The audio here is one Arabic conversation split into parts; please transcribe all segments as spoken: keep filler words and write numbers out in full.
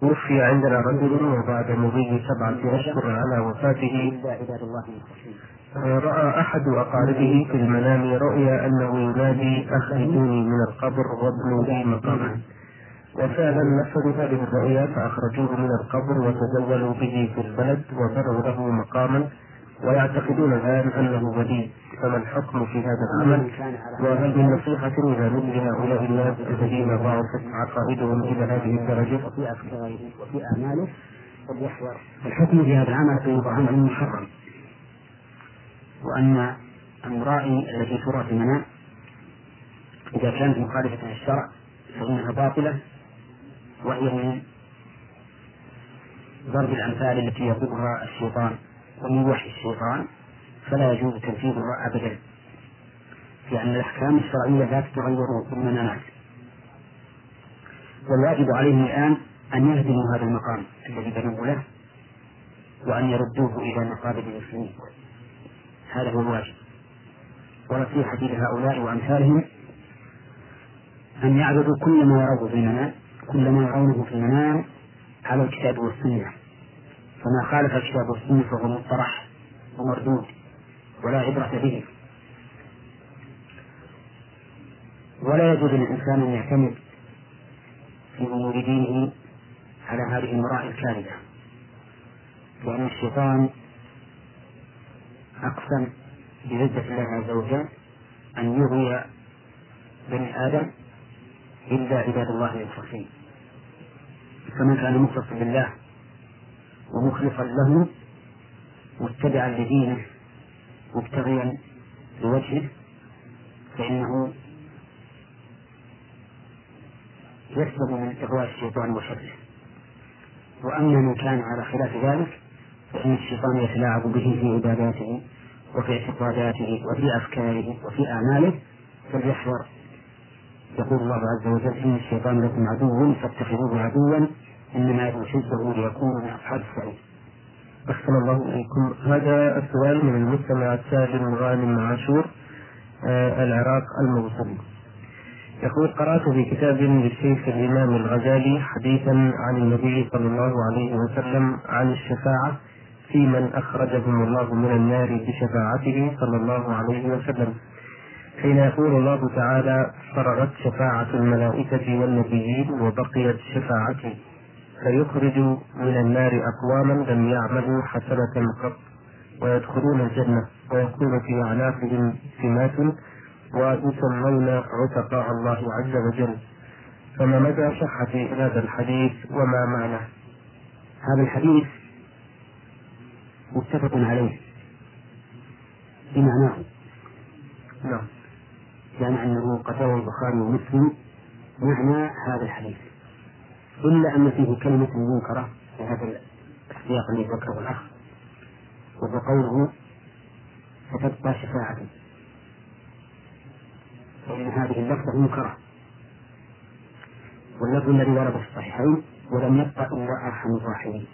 توفي عندنا رجل وبعد مضي سبعة أشهر على وفاته رأى أحد أقاربه في المنام رؤيا أنه ينادي أخرجوني من القبر وابنوا لي مقاما، وفعلا نفذوا هذه الرؤيا فأخرجوه من القبر وتزولوا به في البلد وبنوا له مقاما ويعتقدون الآن أنه ولي. فما الحكم في هذا العمل؟ وهل من نصيحة إلى مثل هؤلاء الناس الذين ضعفت عقائدهم إلى هذه الدرجة؟ وفي أفكاره وفي أعماله فليحذر. الحكم في هذا العمل أن يضع عنه محرم، وأن المرائي التي ترى في المنام إذا كانت مخالفة للشرع فإنها باطلة، وهي من ضرب الأمثال التي يضربها الشيطان ومن وحي الشيطان، فلا يجوز تنفيذها أبدا، لأن الأحكام الشرعية لا تتغير بالمنامات. والواجب عليهم الآن أن يهدموا هذا المقام الذي بنوه له وأن يردوه إلى مقابر المسلمين، هذا هو الواجب. ونصيحتي لهؤلاء وأمثالهم أن يعبدوا كل ما يرونه في المنام كل ما يرونه في المنام على الكتاب والسنة، فما خالف الكتاب والسنة فهو مطرح ومردود ولا عبرة به. ولا يجوز للإنسان أن يعتمد في أمور دينه على هذه المراء الكاذبة، لأن الشيطان أقسم بعزة الله عز وجل أن يغوي بني آدم إلا عباد الله المخلصين. فمن كان مخلصا لله ومخلصا له متبعا لدينه مبتغيا لوجهه فإنه يسلم من إغواء الشيطان وشره. وأما من كان على خلاف ذلك فإن الشيطان يتلاعب به في عباداته وفي اعتقاداته وفي أفكاره وفي أعماله فليحذر. يقول الله عز وجل إن الشيطان لكم عدو فاتخذوه عدوا إنما يدعو حزبه ليكونوا من أصحاب السعير. أحسن الله إليكم. هذا السؤال من المستمع سالم غانم عاشور آه العراق الموصل، يقول: قرأت في كتاب للشيخ الإمام الغزالي حديثا عن النبي صلى الله عليه وسلم عن الشفاعة في من أخرجهم الله من النار بشفاعته صلى الله عليه وسلم، حين يقول الله تعالى: فرغت شفاعة الملائكة والنبيين وبقيت شفاعتي، فيخرج من النار أقواما لم يعملوا حسنة قط ويدخلون الجنة ويكون في أعناقهم سمات ويسمون عتقاء الله عز وجل. فما مدى صحة هذا الحديث وما معناه؟ هذا الحديث متفق عليه بمعناه، نعم، يعني أنه قد روى البخاري ومسلم معنى هذا الحديث، إلا أن فيه كلمة منكرة في هذا السياق الذي ذكره الأخ، وهو قوله فتبقى شفاعته، فإن هذه اللفظة منكرة. واللفظ الذي ورد في الصحيحين: ولم يبقى إلا أرحم الراحمين.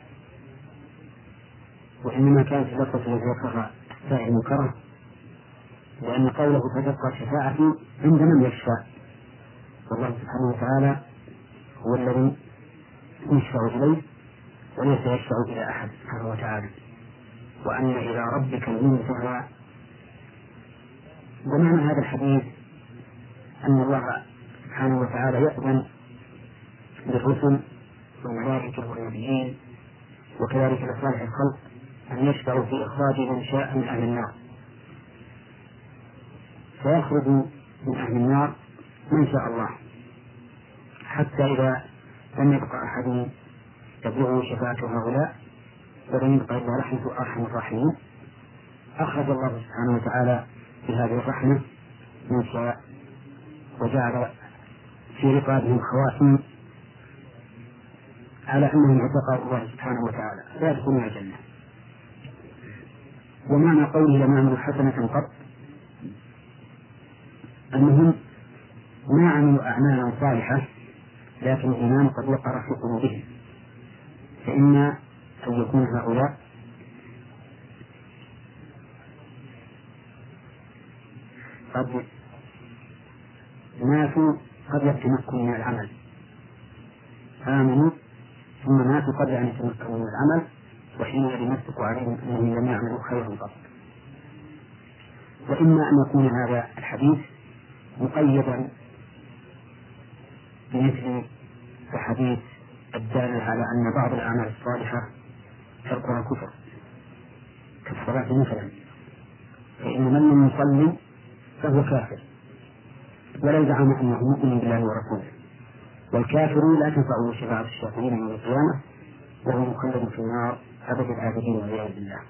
وإنما كانت اللفظة التي ذكرها السائل منكرة لأن قوله فتبقى شفاعته عند من يشفع، والله سبحانه وتعالى هو الذي يشفع إليه وليس يشفع إلى أحد سبحانه وتعالى، وأن إلى ربك المنتهى. ومعنى هذا الحديث أن الله سبحانه وتعالى يأذن للرسل والملائكة والنبيين وكذلك لصالح الخلق أن يشفعوا في إخراج من شاء من أهل النار، فيخرج من أهل النار من شاء الله، حتى إذا لم يبقى أحد تبلغه شفاعة هؤلاء ولم يبقى إلا رحمة أرحم الراحمين، أخرج الله سبحانه وتعالى في هذه الرحمة من شاء وجعل في رقابهم خواتم على أنهم عتقاء الله سبحانه وتعالى لا يدخلون الجنة. ومعنى قوله لم يعملوا حسنة قط أنهم ما عملوا أعمالا صالحة لكن الإيمان قد وقر في قلوبهم، فإما أن يكون هؤلاء قد ماتوا قبل التمكن من العمل، آمنوا ثم ماتوا قبل أن يتمكنوا من العمل، وحينئذ يمسك عليهم أنهم لم يعملوا خيرا قط. وإما أن يكون هذا الحديث مقيدا بمثل الحديث الدال على أن بعض الأعمال الصالحة تركها كفر كالصلاة مثلا، فإن من لم يصلي فهو كافر ولو زعم أنه مؤمن بالله ورسوله، والكافر لا تنفعه شفاعة الشافعين يوم القيامة وهو مخلد في النار أبد الآبدين والعياذ بالله.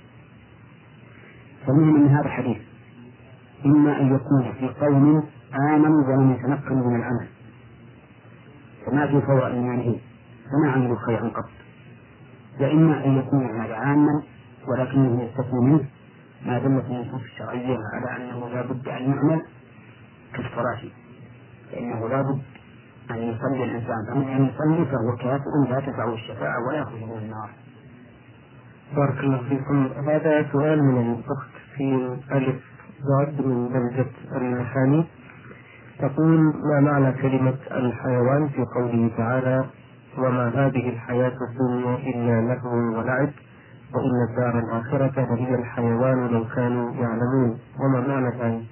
فمهم من هذا الحديث إما أن يكون في قوم آمنوا ولم يتمكنوا من العمل فماتوا فوق إيمانهم فما عملوا خيرا قط، وإما أن يكون هذا عاما ولكنه يستثنى منه ما دلت النصوص الشرعية على أنه لا بد أن يعمل كالصلاة، فإنه لا بد أن يصلي الإنسان، فمن أن يصلي فهو كافر لا تنفعه الشفاعة ولا يخرج من النار. بارك الله فيكم. هذا سؤال من الأخت في ألف زاد من بلدة المحاني، تقول: ما معنى كلمة الحيوان في قوله تعالى: وما هذه الحياة الدنيا إلا لهو ولعب وإن الدار الآخرة لهي الحيوان لو كانوا يعلمون؟ وما معنى ذلك؟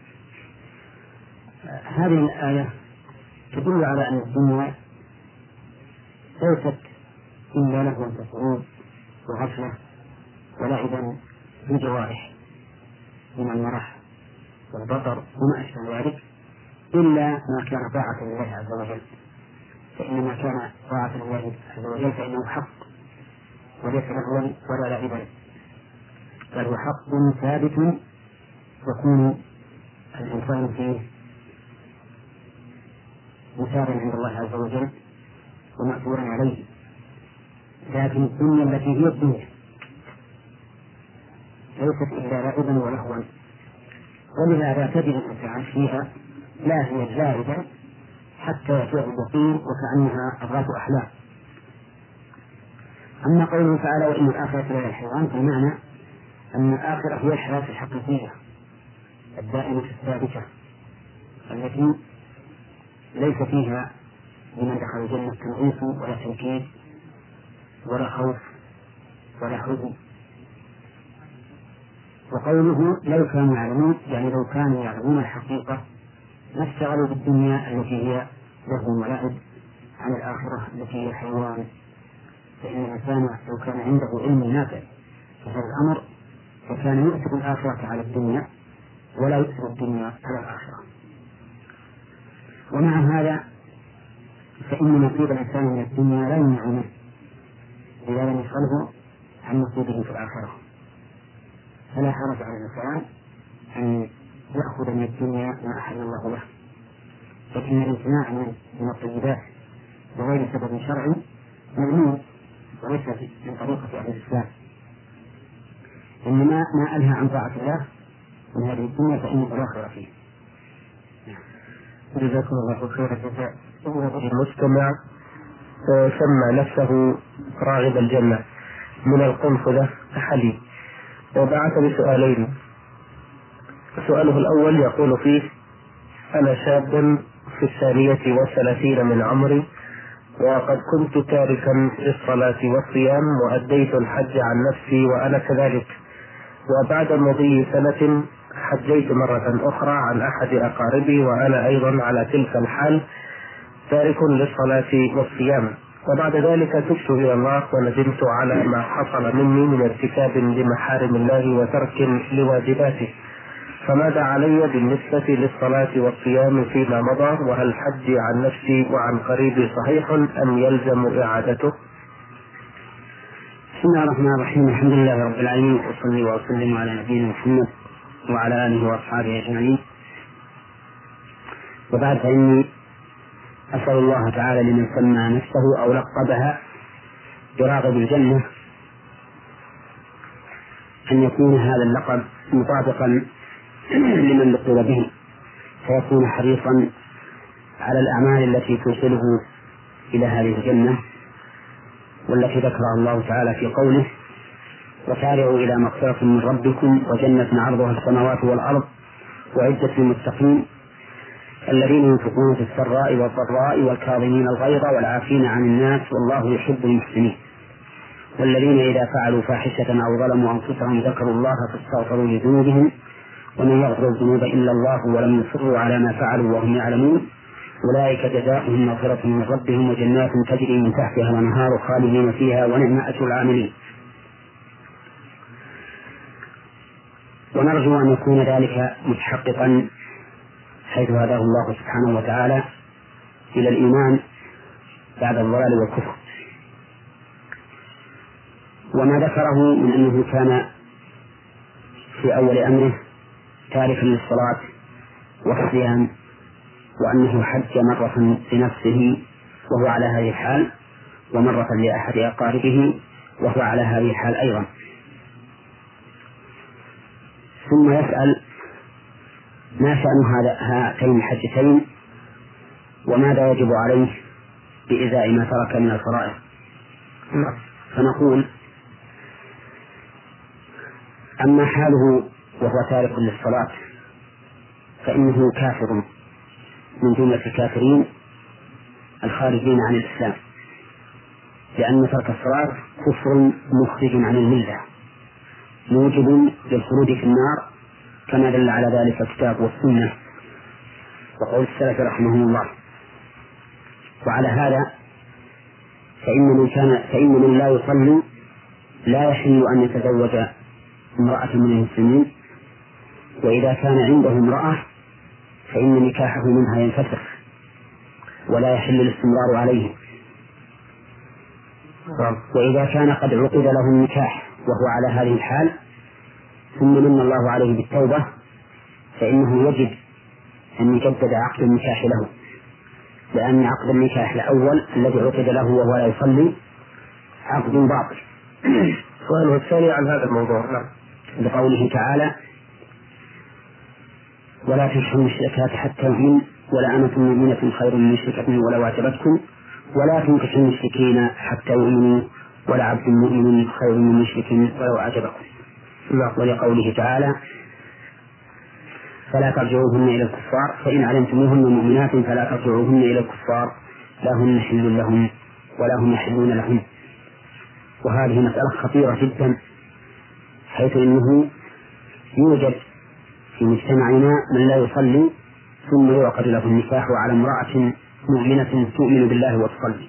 هذه الآية تدل على أن الدنيا ليست إلا لهوا تسعود وغفلة ولعبا بالجوارح من المرح والبطر وما أشبه ذلك، إلا ما كان طاعة لله عز وجل، فإن ما كان طاعة لله عز وجل فإنه حق وليس لهوا ولا لعبا، بل هو حق ثابت يكون الإنسان فيه مثابا عند الله عز وجل ومأثورا عليه. لكن الدنيا التي هي الدنيا ليست إلا لعبا ولهوا، ولهذا تجد الإنسان فيها لاهيا زاهدا حتى يطيع اليقين وكأنها أضغاث أحلام. أما قوله تعالى: وإن الآخرة لهي الحيوان، فالمعنى أن الآخرة هي الحياة الحقيقية الدائمة الثابتة التي ليس فيها لمن دخل الجنة تنعيس ولا تنكيد ولا خوف ولا حزن. وقوله لو كانوا يعلمون، يعني لو كانوا يعلمون الحقيقة ما اشتغلوا بالدنيا التي هي لهو ولعب عن الآخرة التي هي حيوان، فإن الإنسان لو كان عنده علم نافع في هذا الأمر فكان يؤثر الآخرة على الدنيا ولا يؤثر الدنيا على الآخرة. ومع هذا فإن نصيب الإنسان من الدنيا لا يمنع منه إذا لم يشغله عن نصيبه في الآخرة، فلا حرج على الإنسان أن يأخذ من الدنيا ما أحل الله له، لكن الامتناع من الطيبات بغير سبب شرعي مذموم وليس من طريقة أهل الإسلام، إنما ما أنهى عن طاعة الله من هذه الدنيا فإنه لا خير فيه. جزاكم الله خير الجزاء. المستمع سمى نفسه راغب الجنة من القنفذة حليب، وبعث بسؤالين. سؤاله الأول يقول فيه: أنا شاب في الثانية والثلاثين من عمري، وقد كنت تاركا للصلاة والصيام وأديت الحج عن نفسي وأنا كذلك، وبعد مضي سنة حجيت مرة أخرى عن أحد أقاربي وأنا أيضا على تلك الحال تارك للصلاة والصيام، وبعد ذلك تبت إلى الله وندمت على ما حصل مني من ارتكاب لمحارم الله وترك لواجباته، فماذا علي بالنسبة للصلاة والصيام فيما مضى؟ وهل حجي عن نفسي وعن قريبي صحيح أم يلزم إعادته؟ بسم الله الرحمن الرحيم. الحمد لله رب العالمين، وأصلي وأسلم على نبينا محمد وعلى آله وأصحابه أجمعين. وبعد فإني أسأل الله تعالى لمن سمى نفسه أو لقبها براغب الجنة أن يكون هذا اللقب مطابقا لمن لقب به، فيكون حريصا على الأعمال التي توصله إلى هذه الجنة، والتي ذكرها الله تعالى في قوله: وسارعوا إلى مغفرة من ربكم وجنة عرضها السماوات والأرض وعدة للمتقين. الذين ينفقون في السراء والضراء والكاظمين الغيظ والعافين عن الناس والله يحب المحسنين والذين إذا فعلوا فاحشة أو ظلموا أنفسهم ذكروا الله فاستغفروا لذنوبهم ومن يغفر الذنوب إلا الله ولم يصروا على ما فعلوا وهم يعلمون أولئك جزاؤهم مغفرة من ربهم وجنات تجري من تحتها الأنهار خالدين فيها ونعم أجر العاملين. ونرجو أن يكون ذلك متحققا حيث هداه الله سبحانه وتعالى إلى الإيمان بعد الضلال والكفر. وما ذكره من أنه كان في أول أمره تاركا للصلاة والصيام وأنه حج مرة لنفسه وهو على هذه الحال ومرة لأحد أقاربه وهو على هذه الحال أيضا، ثم يسأل ما شأن هاتين الحجتين وماذا يجب عليه بإزاء ما ترك من الفرائض. فنقول أما حاله وهو تارك للصلاة فإنه كافر من جملة الكافرين الخارجين عن الإسلام، لأن ترك الصلاة كفر مخرج عن الملة موجب للخروج في النار كما دل على ذلك الكتاب والسنة وقول السلف رحمهم الله. وعلى هذا فإن من كان فإن من لا يصلي لا يحل أن يتزوج امرأة من المسلمين، وإذا كان عنده امرأة فإن نكاحه منها ينفسخ ولا يحل الاستمرار عليه. وإذا كان قد عقد له النكاح وهو على هذه الحال ثم من الله عليه بالتوبة فإنه يجب أن يجدد عقد النكاح له، لأن عقد النكاح الأول الذي عقد له وهو لا يصلي عقد باطل. سؤاله الثاني عن هذا الموضوع. نعم. بقوله تعالى ولا تنكحوا المشركات حتى يؤمن ولا أمة مؤمنة خير من مشركة ولو أعجبتكم ولا تنكحوا المشركين حتى يؤمنوا ولا عبد مؤمن خير من مشرك ولو أعجبكم. ولقوله تعالى فلا ترجعوهن إلى الكفار فإن علمتموهن مؤمنات فلا ترجعوهن إلى الكفار لا هن حل لهم ولا هم يحلون لهم. وهذه مسألة خطيرة جدا، حيث إنه يوجد في مجتمعنا من لا يصلي ثم يعقد له النكاح على امرأة مؤمنة تؤمن بالله وتصلي.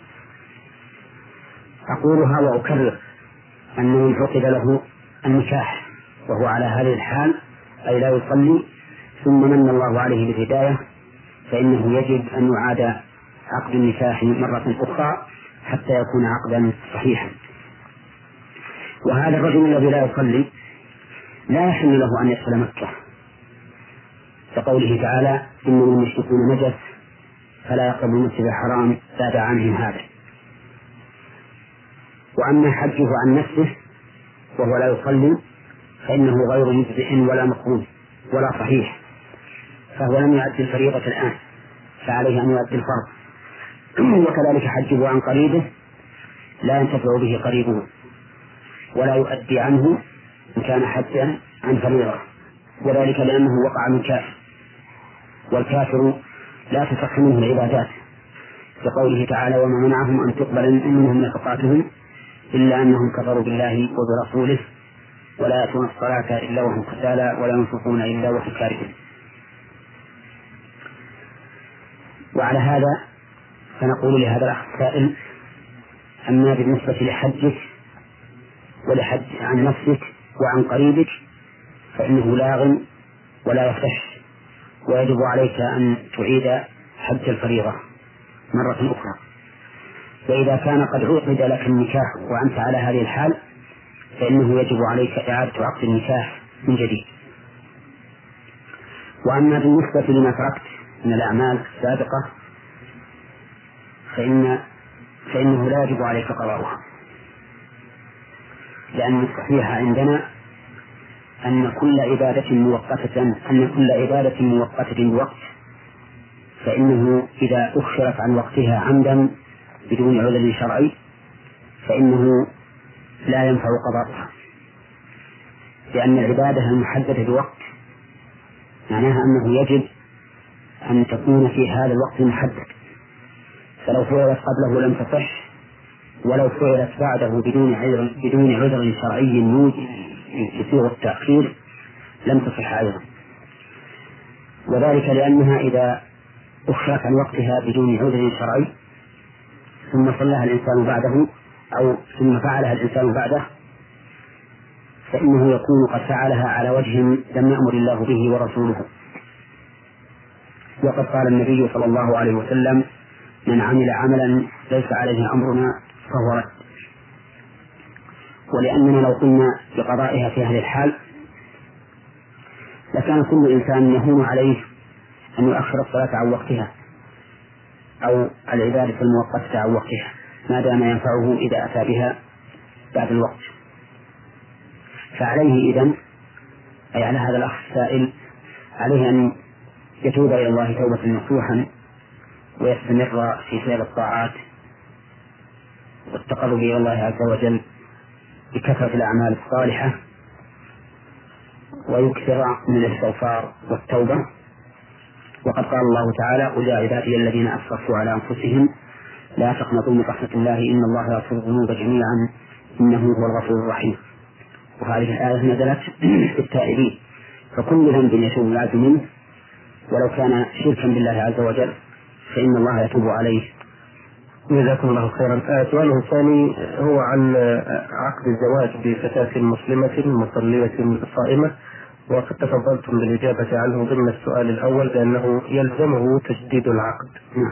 أقولها وأكرر أنه عقد له النكاح وهو على هذه الحال أي لا يصلي ثم من الله عليه بالهداية فإنه يجب أن يعاد عقد النكاح مرة أخرى حتى يكون عقدا صحيحا. وهذا الرجل الذي لا يصلي لا يحل له أن يدخل مكة، كقوله تعالى إنما المشركون نجس فلا يقربوا المسجد الحرام بعد عامهم هذا. وأما حجه عن نفسه وهو لا يصلي فإنه غير مجزئ ولا مقبول ولا صحيح، فهو لم يؤدي الفريضة الآن فعليه أن يؤدي الفرض. وكذلك حجه عن قريبه لا ينتفع به قريبه ولا يؤدي عنه إن كان حجا عن فريضة، وذلك لأنه وقع من كافر، والكافر لا تصح منه العبادات، كقوله تعالى وما منعهم أن تقبل منهم نفقاتهم إلا أنهم كفروا بالله وبرسوله ولا يأتون الصلاة إلا وهم كسالى ولا ينفقون إلا وهم كارهون. وعلى هذا فنقول لهذا الأخ السائل أما بالنسبة لحجك ولحج عن نفسك وعن قريبك فإنه لاغ ولا يصح، ويجب عليك أن تعيد حج الفريضة مرة أخرى. وإذا كان قد عقد لك النكاح وأنت على هذه الحال فإنه يجب عليك إعادة عقد النكاح من جديد. وأما بالنسبة لما تركت من الأعمال السابقة فإن فإنه لا يجب عليك قضاؤها، لأن الصحيح عندنا أن كل عبادة مؤقتة أن كل عبادة مؤقتة بوقت فإنه إذا أخرت عن وقتها عمدا بدون عذر شرعي فإنه لا ينفع قضاؤها، لأن العبادة المحددة بوقت معناها أنه يجب أن تكون في هذا الوقت المحدد، فلو فعلت قبله لم تصح، ولو فعلت بعده بدون عذر بدون عذر شرعي يسيغ التأخير لم تصح أيضا. وذلك لأنها إذا أخرت عن وقتها بدون عذر شرعي ثم صلىها الإنسان بعده أو ثم فعلها الإنسان بعده فإنه يكون قد فعلها على وجه لم يأمر الله به ورسوله. وقد قال النبي صلى الله عليه وسلم: من عمل عملا ليس عليه أمرنا فهو رد. ولأننا لو قلنا بقضائها في هذه الحال لكان كل إنسان يهون عليه أن يؤخر الصلاة عن وقتها أو العبادة المؤقتة عن وقتها ما دام ينفعه إذا أتى بها بعد الوقت. فعليه إذن أي على هذا الأخ السائل عليه أن يتوب إلى الله توبة نصوحا ويستمر في فعل الطاعات والتقرب إلى الله عز وجل بكثرة الأعمال الصالحة ويكثر من الاستغفار والتوبة. وقد قال الله تعالى: قل يا عبادي الذين أسرفوا على أنفسهم لا تقنطوا من رحمة الله إن الله يغفر الذنوب جميعا إنه هو الغفور الرحيم. وهذه الآية نزلت في التائبين، فكل ذنب يتوب العبد منه ولو كان شركا بالله عز وجل فإن الله يتوب عليه. جزاكم الله خيرا. سؤاله الثاني هو عن عقد الزواج بفتاة مسلمة مصلية صائمة، وقد تفضلتم بالإجابة عنه ضمن السؤال الأول بأنه يلزمه تجديد العقد.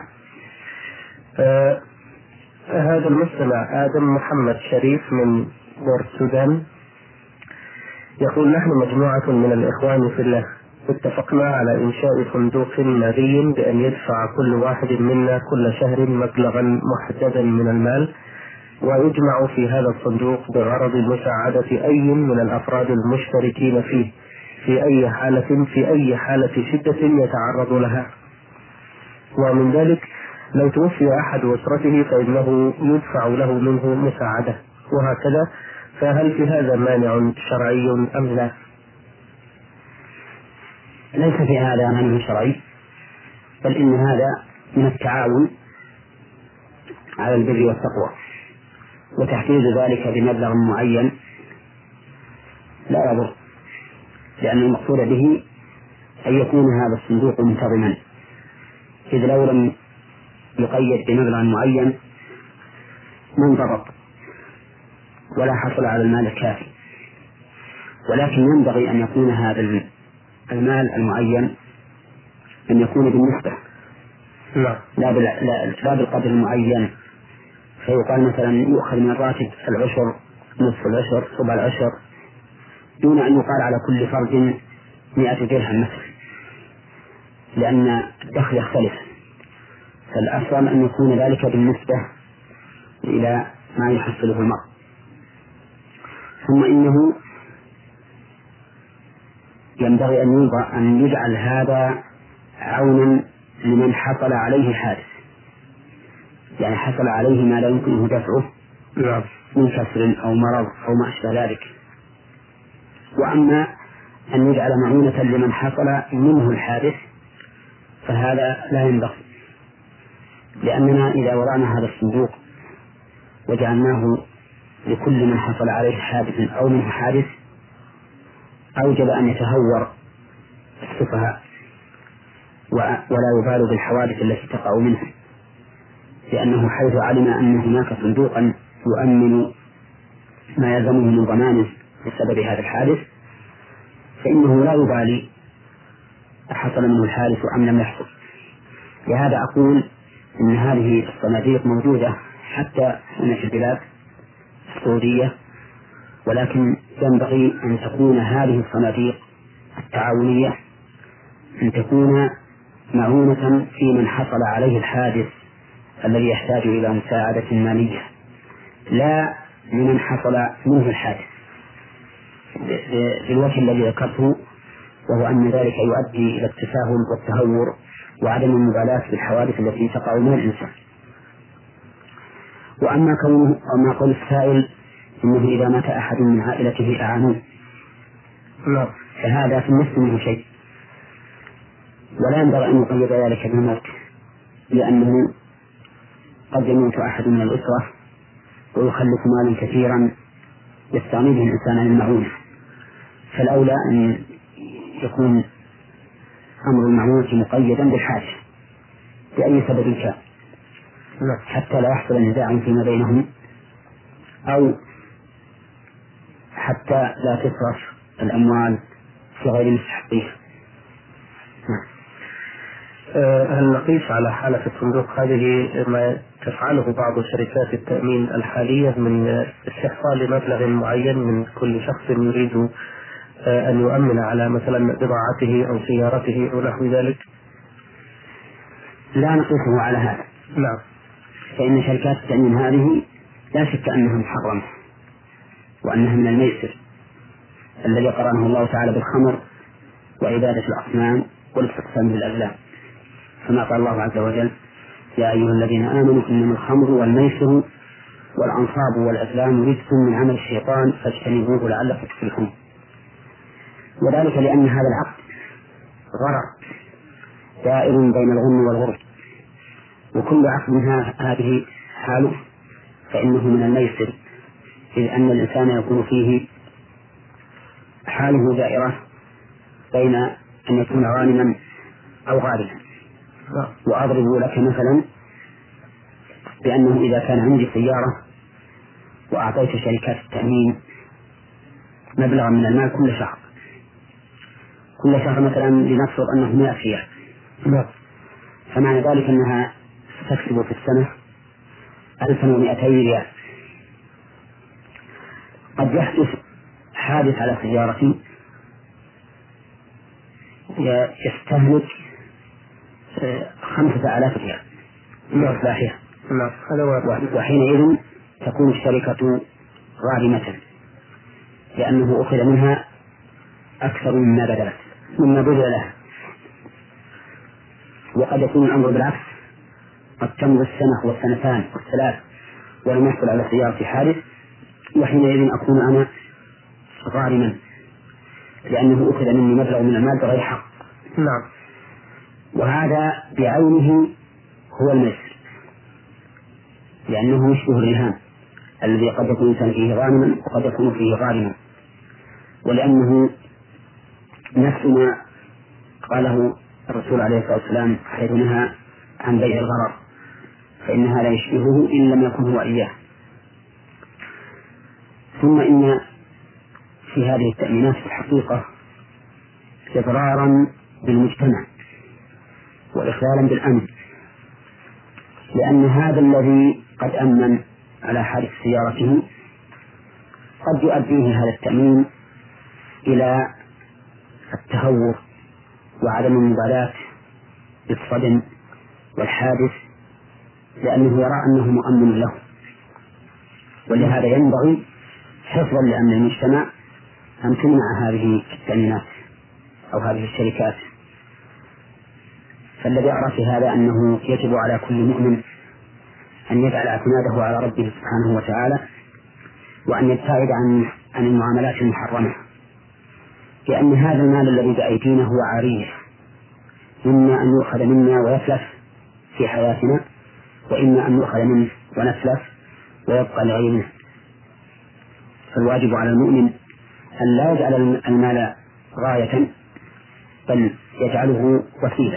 آه هذا المستمع آدم محمد شريف من بور السودان يقول: نحن مجموعة من الإخوان في الله اتفقنا على إنشاء صندوق مالي بأن يدفع كل واحد منا كل شهر مبلغا محددا من المال، ويجمع في هذا الصندوق بغرض مساعدة أي من الأفراد المشتركين فيه في أي حالة في أي حالة شدة يتعرض لها. ومن ذلك لو توفي أحد أسرته فإنه يدفع له منه مساعدة، وهكذا. فهل في هذا مانع شرعي أم لا؟ ليس في هذا مانع شرعي، بل إن هذا من التعاون على البر والتقوى، وتحديد ذلك بمبلغ معين لا يضر، لأن المقصود به أن يكون هذا الصندوق منتظما، إذ لو لم يقيد بمبلغ معين ما انضبط ولا حصل على المال الكافي. ولكن ينبغي أن يكون هذا المال المعين أن يكون بالنسبة لا, لا, لا بالقدر المعين، فيقال مثلا يؤخذ من الراتب العشر، نصف العشر، ربع العشر، دون أن يقال على كل فرد مئة درهم مثلا، لأن الدخل يختلف. فالأفضل أن يكون ذلك بالنسبة إلى ما يحصله المرء. ثم إنه ينبغي أن يوضع أن يجعل هذا عونا لمن حصل عليه حادث، يعني حصل عليه ما لا يمكنه دفعه من كسر أو مرض أو ما أشبه ذلك. وأما أن يجعل معونة لمن حصل منه الحادث فهذا لا ينبغي، لأننا إذا وضعنا هذا الصندوق وجعلناه لكل من حصل عليه حادث أو منه حادث أوجب أن يتهور السفهاء ولا يبالوا بالحوادث التي تقع منه، لأنه حيث علم أن هناك صندوقا يؤمن ما يلزمه من ضمانه بسبب هذا الحادث فإنه لا يبالي حصل منه الحادث أم لم يحصل. لهذا أقول إن هذه الصناديق موجودة حتى هنا في البلاد السعودية، ولكن ينبغي أن تكون هذه الصناديق التعاونية أن تكون معونة في من حصل عليه الحادث الذي يحتاج إلى مساعدة مالية، لا لمن حصل منه الحادث، بالوجه الذي ذكرته، وهو أن ذلك يؤدي إلى التساهل والتهور وعدم المبالاة بالحوادث التي تقع من الإنسان. وأما كونه أما قول السائل إنه إذا مات أحد من عائلته أعانوه، فهذا في النفس منه شيء، ولا ينبغي أن يقيد ذلك بالموت، لأنه قد يموت أحد من الأسرة ويخلف مالا كثيرا يستغني به الإنسان عن المعونة، فالأولى أن يكون أمر المعونة مقيدا بالحاجة بأي سبب كان، حتى لا يحصل نزاع فيما بينهم أو حتى لا تصرف الأموال في غير مستحقيها. هل نقيس على حالة الصندوق هذه ما تفعله بعض شركات التأمين الحالية من استحصال لمبلغ معين من كل شخص يريد أن يؤمن على مثلا بضاعته أو سيارته أو نحو ذلك؟ لا نقيسه على هذا. نعم. فإن شركات التأمين هذه لا شك أنها محرمة وأنها من الميسر الذي قرنه الله تعالى بالخمر وعبادة الأصنام والاستقسام بالأزلام، كما قال الله عز وجل: يا أيها الذين آمنوا إنما الخمر والميسر والأنصاب والأزلام رجس من عمل الشيطان فاجتنبوه لعلكم تفلحون. وذلك لأن هذا العقد غرر دائر بين الغن والغرب، وكل عقد هذه حاله فإنه من الميسر، إذ أن الإنسان يكون فيه حاله دائرة بين أن يكون غانما أو غارما. وأضرب لك مثلا بأنه إذا كان عندي سيارة وأعطيت شركات التأمين مبلغا من المال كل شهر كل شهر مثلا لنفرض أنه مئة ريال، فمعنى ذلك أنها تكسب في السنة ألفا ومئتي ريال. قد يحدث حادث على سيارتي يستهلك خمسة آلاف ريال لإصلاحها، وحينئذ تكون الشركة غارمة لأنه أخذ منها أكثر مما بذلت مما بذل لها. وقد يكون الأمر بالعكس، قد تمضي السنة والسنتان والثلاث ولم يحصل على سيارة حادث، وحينئذ أكون أنا غارما لأنه أخذ مني مبلغ من المال بغير حق. نعم. وهذا بعينه هو الميسر، لأنه يشبه الرهان الذي قد يكون الإنسان فيه غانما وقد يكون فيه غارما، ولأنه نفس ما قاله الرسول عليه الصلاة والسلام حيث نهى عن بيع الغرر، فإن هذا يشبهه إن لم يكن هو إياه. ثم إن في هذه التأمينات في الحقيقة إضرارا بالمجتمع وإخلالا بالأمن، لأن هذا الذي قد أمن على حادث سيارته قد يؤديه هذا التأمين إلى التهور وعدم المبالاة بالصدم والحادث، لأنه يرى أنه مؤمن له. ولهذا ينبغي حفظا لأمن المجتمع أن تمنع هذه التأمينات أو هذه الشركات. فالذي أرى في هذا أنه يجب على كل مؤمن أن يجعل اعتماده على ربه سبحانه وتعالى، وأن يبتعد عن عن المعاملات المحرمة، لأن هذا المال الذي بأيدينا هو عارية، إما أن يؤخذ منا ويتلف في حياتنا، وإما أن يؤخذ منه ونتلف ويبقى لغيرنا. فالواجب على المؤمن أن لا يجعل المال غاية بل يجعله وسيلة،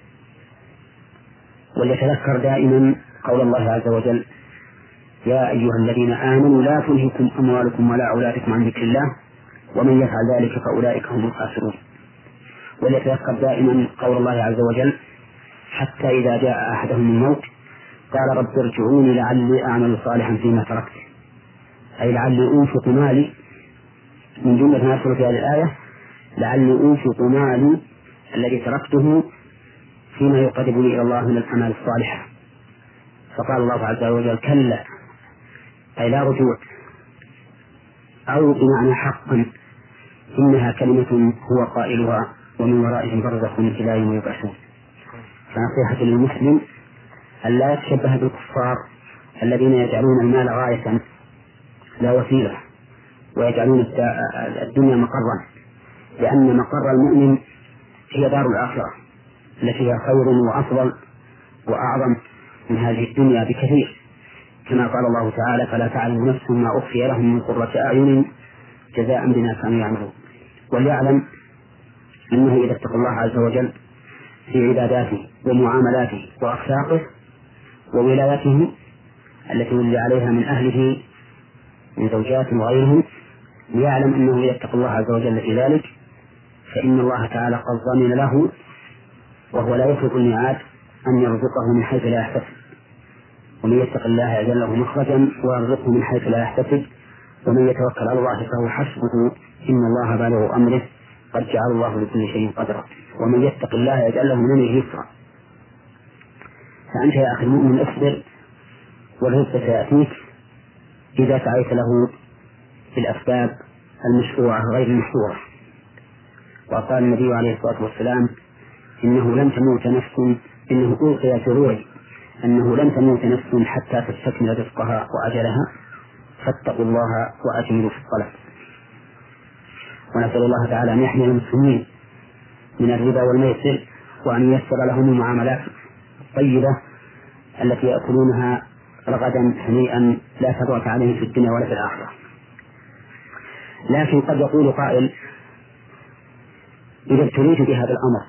وليتذكر دائما قول الله عز وجل: يا أيها الذين آمنوا لا تلهكم أموالكم ولا أولادكم عن ذكر الله ومن يفعل ذلك فأولئك هم الخاسرون. وليتذكر دائما قول الله عز وجل: حتى إذا جاء أحدهم الموت قال رب ارجعوني لعلي أعمل صالحا فيما تركت، أي لعلي أنفق مالي، من جملة ما يدخل في هذه الآية لعلي أنفق مالي الذي تركته فيما يقربني إلى الله من الأعمال الصالحة. فقال الله عز وجل: كلا، أي لا رجوع، أو بمعنى حقا إنها كلمة هو قائلها ومن ورائهم برزخ إلى يوم يبعثون. فنصيحة للمسلم أن لا يتشبه بالكفار الذين يجعلون المال غاية لا وسيلة، ويجعلون الدنيا مقرا، لأن مقر المؤمن هي دار الآخرة، التي هي خير وأفضل وأعظم من هذه الدنيا بكثير، كما قال الله تعالى: فلا تعلم نفس ما أخفي لهم من قرة أعين جزاء بما كانوا يعملون. وليعلم أنه إذا اتقى الله عز وجل في عباداته ومعاملاته وأخلاقه وولايته التي ولي عليها من أهله من زوجات وغيرهم، ليعلم أنه إذا اتقى الله عز وجل في ذلك فإن الله تعالى قد ضمن له، وهو لا يخلف الميعاد، أن يرزقه من حيث لا يحتسب. ومن يتق الله يجعل له مخرجا ويرزقه من حيث لا يحتسب، ومن يتوكل على الله فهو حسبه إن الله بالغ أمره قد جعل الله لكل شيء قدرا. ومن يتق الله يجعل له من أمره يسرا. فأنت يا أخي المؤمن اصبر، والرزق سيأتيك إذا سعيت له بالأسباب المشروعة غير المشروعة. وقال النبي عليه الصلاة والسلام: إنه لن تموت نفس إنه ألقي في روعي أنه لن تموت نفس حتى تستكمل رزقها وأجلها، فاتقوا الله وأجملوا في الطلب. ونسأل الله تعالى أن يحمي المسلمين من الربا والميسر، وأن ييسر لهم المعاملات الطيبة التي يأكلونها رغدا هنيئا لا ثروة عليهم في الدنيا ولا في الآخرة. لكن قد يقول قائل: إذا ابتليت بهذا الأمر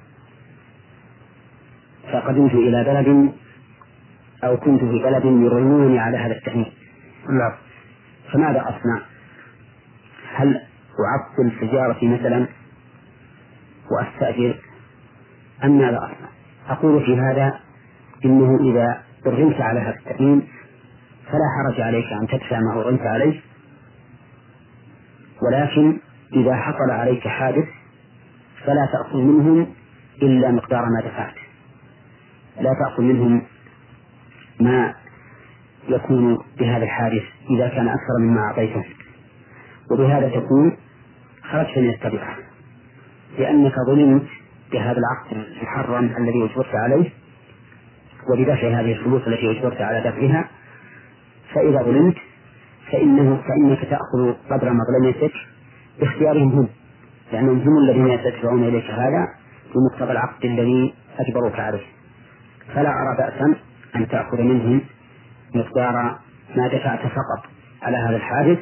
فقدمت إلى بلد أو كنت في بلد يرنوني على هذا التأمين، نعم، فماذا أصنع؟ هل أعطل تجارتي مثلا وأستأجر أم ماذا أصنع؟ أقول في هذا إنه إذا أرغمت على هذا التأمين فلا حرج عليك أن تدفع ما أرغمت عليه، ولكن إذا حصل عليك حادث فلا تأخذ منهم إلا مقدار ما دفعت، لا تأخذ منهم ما يكون بهذا الحادث إذا كان أكثر مما أعطيته، وبهذا تكون خرجت من التبعة، لأنك ظلمت بهذا العقد المحرم الذي أجبرت عليه وبدفع هذه الفلوس التي أجبرت على دفعها. فإذا ظلمت فإنه فإنك تأخذ قدر مظلمتك باختيارهم هم، لأنهم هم الذين يستدفعون إليك هذا بمقتضى العقد الذي أجبروك عليه. فلا أرى بأسا أن تأخذ منهم مقدار ما دفعت فقط على هذا الحادث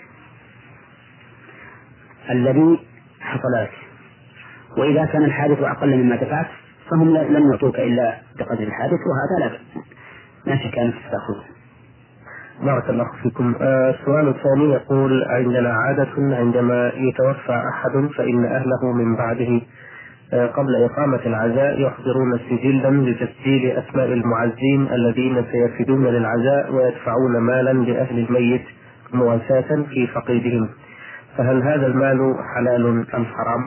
الذي حصل لك. وإذا كان الحادث أقل مما دفعت فهم لن يعطوك إلا بقدر الحادث، وهذا لا بأس، لا شك أنك تأخذه. بارك الله فيكم. آه السؤال الثاني يقول: عندنا عادة عندما يتوفى أحد فإن أهله من بعده آه قبل إقامة العزاء يحضرون سجلا لتسجيل أسماء المعزين الذين سيفدون للعزاء ويدفعون مالا لأهل الميت مواساة في فقيدهم، فهل هذا المال حلال أم حرام؟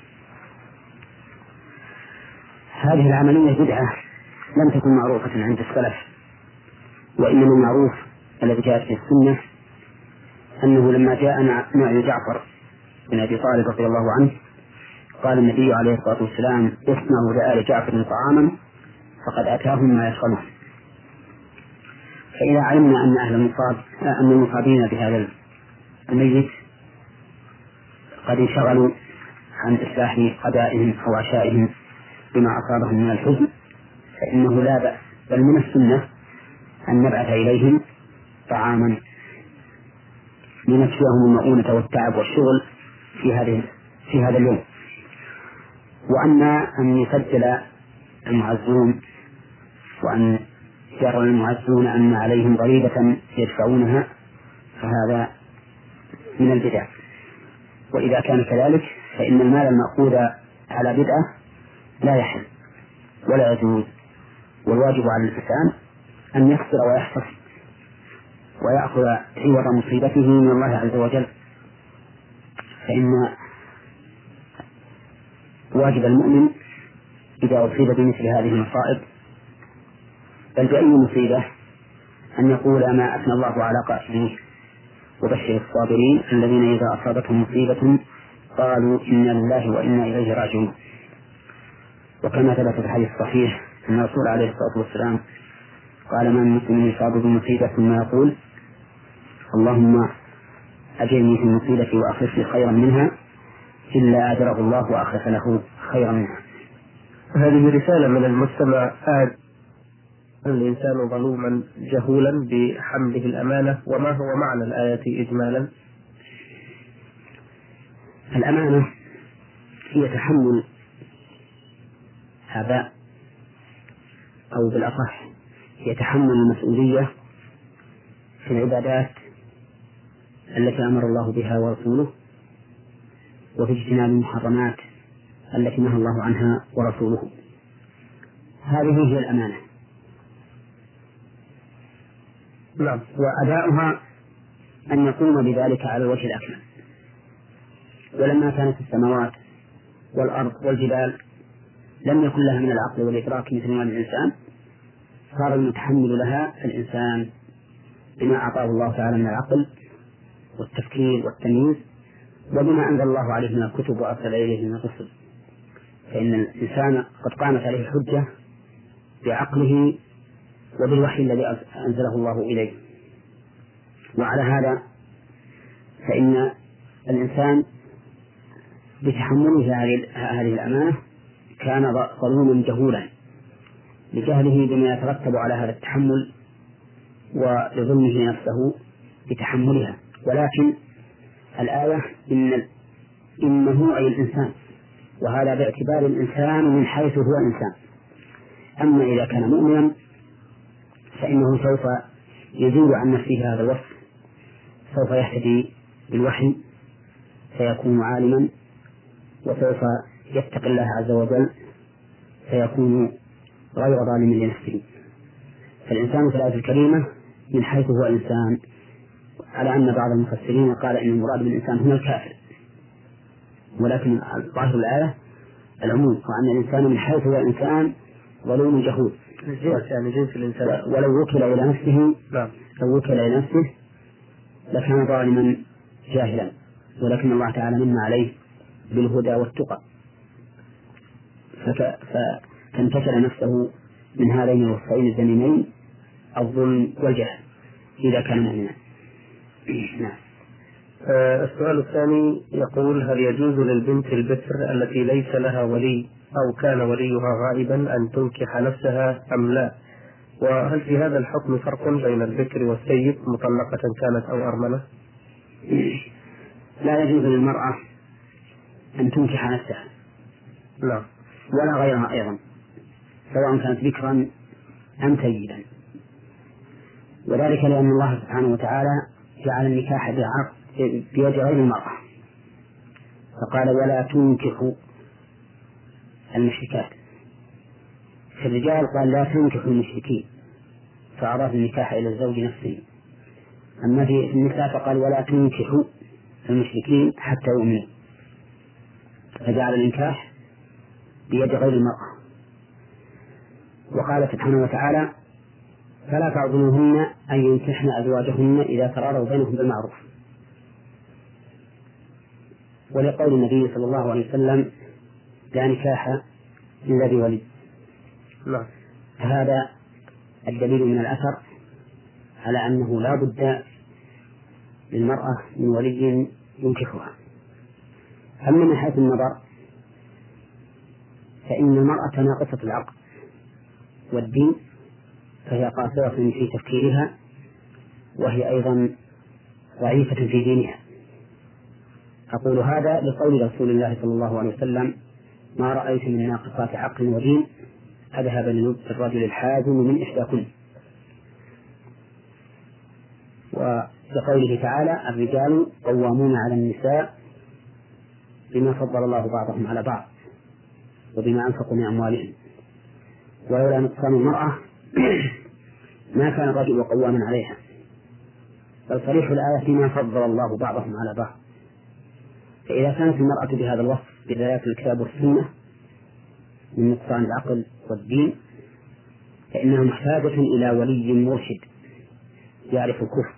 هذه العملية بدعة لم تكن معروفة عند السلف، وإنما المعروف الذي جاءت في السنة أنه لما جاء معي جعفر بن أبي طالب رضي الله عنه قال النبي عليه الصلاة والسلام: اصنعوا لآل جعفر طعاما فقد أتاهم ما يشغلون. فإذا علمنا أن أهل المصاب أن المصابين بهذا الميت قد انشغلوا عن إصلاح قضائهم أو عشائهم بما أصابهم من الحزن، فإنه لا بأس، بل من السنة أن نبعث إليهم طعاما لنكفيهم المؤونة والتعب والشغل في هذه في هذا اليوم. وأما أن يسجل المعزون وأن يرى المعزون أن عليهم ضريبة يدفعونها فهذا من البدع. وإذا كان كذلك فإن المال المأخوذ على بدعة لا يحل ولا يجوز، والواجب على الإنسان أن يخسر ويحتسب ويأخذ عوض مصيبته من الله عز وجل، فإن واجب المؤمن إذا أصيب بمثل هذه المصائب بل بأي مصيبة أن يقول: ما أثنى الله على قائله وبشر الصابرين الذين إذا أصابتهم مصيبة قالوا إنا لله وإنا إليه راجعون. وكما ثبت في الحديث الصحيح أن الرسول عليه الصلاة والسلام قال: ما من مسلم يصاب بمصيبة ثم يقول: اللهم أجرني في مصيبتي وأخلف لي خيرا منها إلا أجره الله وأخلف له خيرا منها. هذه رسالة من المستمع آد: الإنسان ظلوما جهولا بحمله الأمانة، وما هو معنى الآية إجمالا؟ الأمانة هي تحمل آباء، أو بالأصح هي تحمل المسؤولية في العبادات التي أمر الله بها ورسوله، وفي اجتناب المحرمات التي نهى الله عنها ورسوله. هذه هي الأمانة. نعم. وأداؤها أن يقوم بذلك على الوجه الأكمل. ولما كانت السماوات والأرض والجبال لم يكن لها من العقل والإدراك مثل ما الإنسان، صار المتحمل لها الإنسان بما أعطاه الله تعالى من العقل والتفكير والتمييز، وبما أنزل الله عليه من الكتب وأرسل إليه من الرسل. فإن الإنسان قد قامت عليه الحجة بعقله وبالوحي الذي أنزله الله إليه. وعلى هذا فإن الإنسان بتحمله هذه الأمانة كان ظلوما جهولا لجهله بما يترتب على هذا التحمل ولظلمه نفسه بتحملها. ولكن الآية إن إنه أي الإنسان، وهذا باعتبار الإنسان من حيث هو إنسان. أما إذا كان مؤمنا فإنه سوف يزول عن نفسه هذا الوصف، سوف يهتدي بالوحي، سيكون عالما، وسوف يتقي الله عز وجل، سيكون غير ظالم لنفسه. فالإنسان في الآية الكريمة من حيث هو إنسان، على أن بعض المفسرين قال إن المراد بالإنسان هنا الكافر، ولكن ظاهر الآية العموم، وأن الإنسان من حيث هو إنسان ظلوم جهول، يعني جنس الإنسان. ولو وكل إلى نفسه نعم. لو وكل إلى نفسه لكان ظالما جاهلا، ولكن الله تعالى من عليه بالهدى والتقى، فانتشل نفسه من هذين الوصفين الذميمين، الظلم والجهل، إذا كان مؤمنا. نعم. آه السؤال الثاني يقول: هل يجوز للبنت البكر التي ليس لها ولي أو كان وليها غائبا أن تنكح نفسها أم لا؟ وهل في هذا الحكم فرق بين البكر والسيد مطلقة كانت أو أرملة؟ لا يجوز للمرأة أن تنكح نفسها، لا، ولا غيرها أيضا، سواء كانت بكرا أم سيدا، وذلك لأن الله سبحانه وتعالى جعل النكاح بيد غير المرأة، فقال: ولا تنكحوا المشركات. في الرجال قال: لا تنكحوا المشركين، فأضاف النكاح إلى الزوج نفسه. أما في النساء فقال: ولا تنكحوا المشركين حتى يؤمنوا، فجعل النكاح بيد غير المرأة. وقال سبحانه وتعالى: فلا تعضلوهن أن ينكحن أزواجهن إذا تراضوا بينهم بالمعروف. ولقول النبي صلى الله عليه وسلم: لا نكاح إلا بولي. لا. هذا الدليل من الأثر على أنه لا بد للمرأة من ولي ينكحها. أما من حيث النظر فإن المرأة ناقصة العقل والدين، فهي قاصرة في تفكيرها، وهي أيضا ضعيفة في دينها. أقول هذا لقول رسول الله صلى الله عليه وسلم: ما رأيت من ناقصات عقل ودين أذهب لنبض الرجل الحازم من إحداكن. وكقوله تعالى: الرجال قوامون على النساء بما فضل الله بعضهم على بعض وبما أنفقوا من أموالهم. ولولا نقصان المرأة ما كان الرجل قواما عليها، بل صريح الآية فيما فضل الله بعضهم على بعض. فإذا كانت المرأة بهذا الوصف بدلالة الكتاب والسنة من نقصان العقل والدين، فإنها محتاجة إلى ولي مرشد يعرف الكفر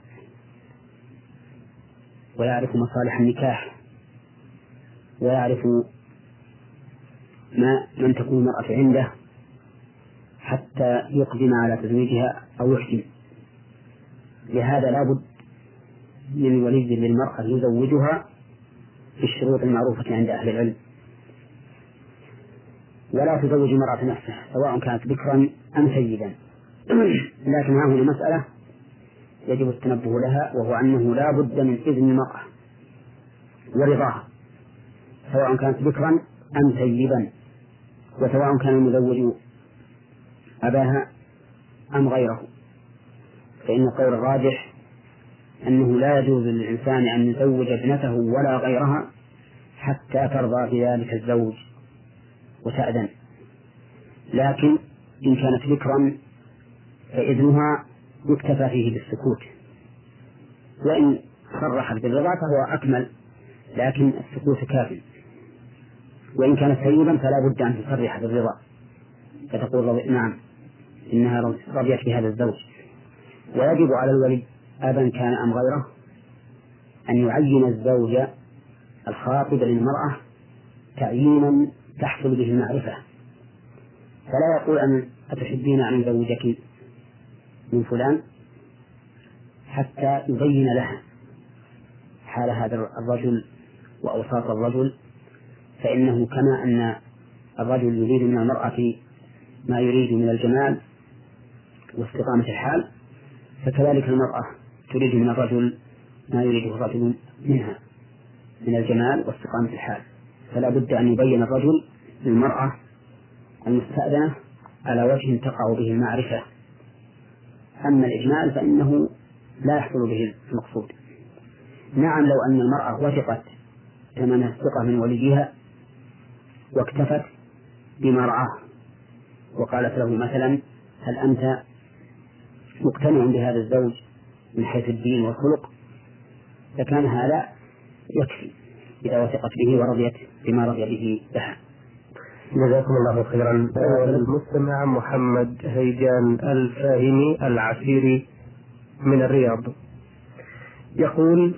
ويعرف مصالح النكاح ويعرف ما من تكون المرأة عنده حتى يقدم على تزويجها أو يحسن. لهذا لا بد من ولي للمرأة يزوجها بالشروط المعروفة عند أهل العلم. ولا تزوج المرأة نفسها سواء كانت بكرا أم سيدا. لكن هذه مسألة يجب التنبه لها، وهو أنه لا بد من إذن المرأة ورضاها سواء كانت بكرا أم سيدا، وسواء كان المزوج أباها أم غيره. فإن القول الراجح أنه لا يجوز للإنسان أن يزوج ابنته ولا غيرها حتى ترضى بذلك الزوج وتأذن. لكن إن كانت بكرا فإذنها يكتفى فيه بالسكوت، وإن صرحت بالرضا فهو أكمل، لكن السكوت كافٍ. وإن كانت سيدا فلا بد أن تصرح بالرضا، فتقول رضي نعم إنها رضيت بهذا الزوج. ويجب على الولي أبا كان أم غيره أن يعين الزوج الخاطب للمرأة تعيينا تحصل به المعرفة، فلا يقول أن أتحبين أن أزوجك من فلان حتى يبين لها حال هذا الرجل وأوصاف الرجل، فإنه كما أن الرجل يريد من المرأة ما يريد من الجمال واستقامة الحال، فكذلك المرأة تريد من الرجل ما يريده الرجل منها من الجمال واستقامة الحال. فلا بد أن يبين الرجل للمرأة المستأذنة على وجه تقع به المعرفة. أما الإجمال فإنه لا يحصل به المقصود. نعم، لو أن المرأة وثقت ثمن الثقة من وليها واكتفت بما رعاه وقالت له مثلا هل أنت مقتنع بهذا الزوج من حيث الدين والخلق، فكان هذا يكفي إذا وثقت به ورضيت بما رضي به لها. جزاكم الله خيرا. المستمع محمد هيجان الفاهمي العسيري من الرياض يقول: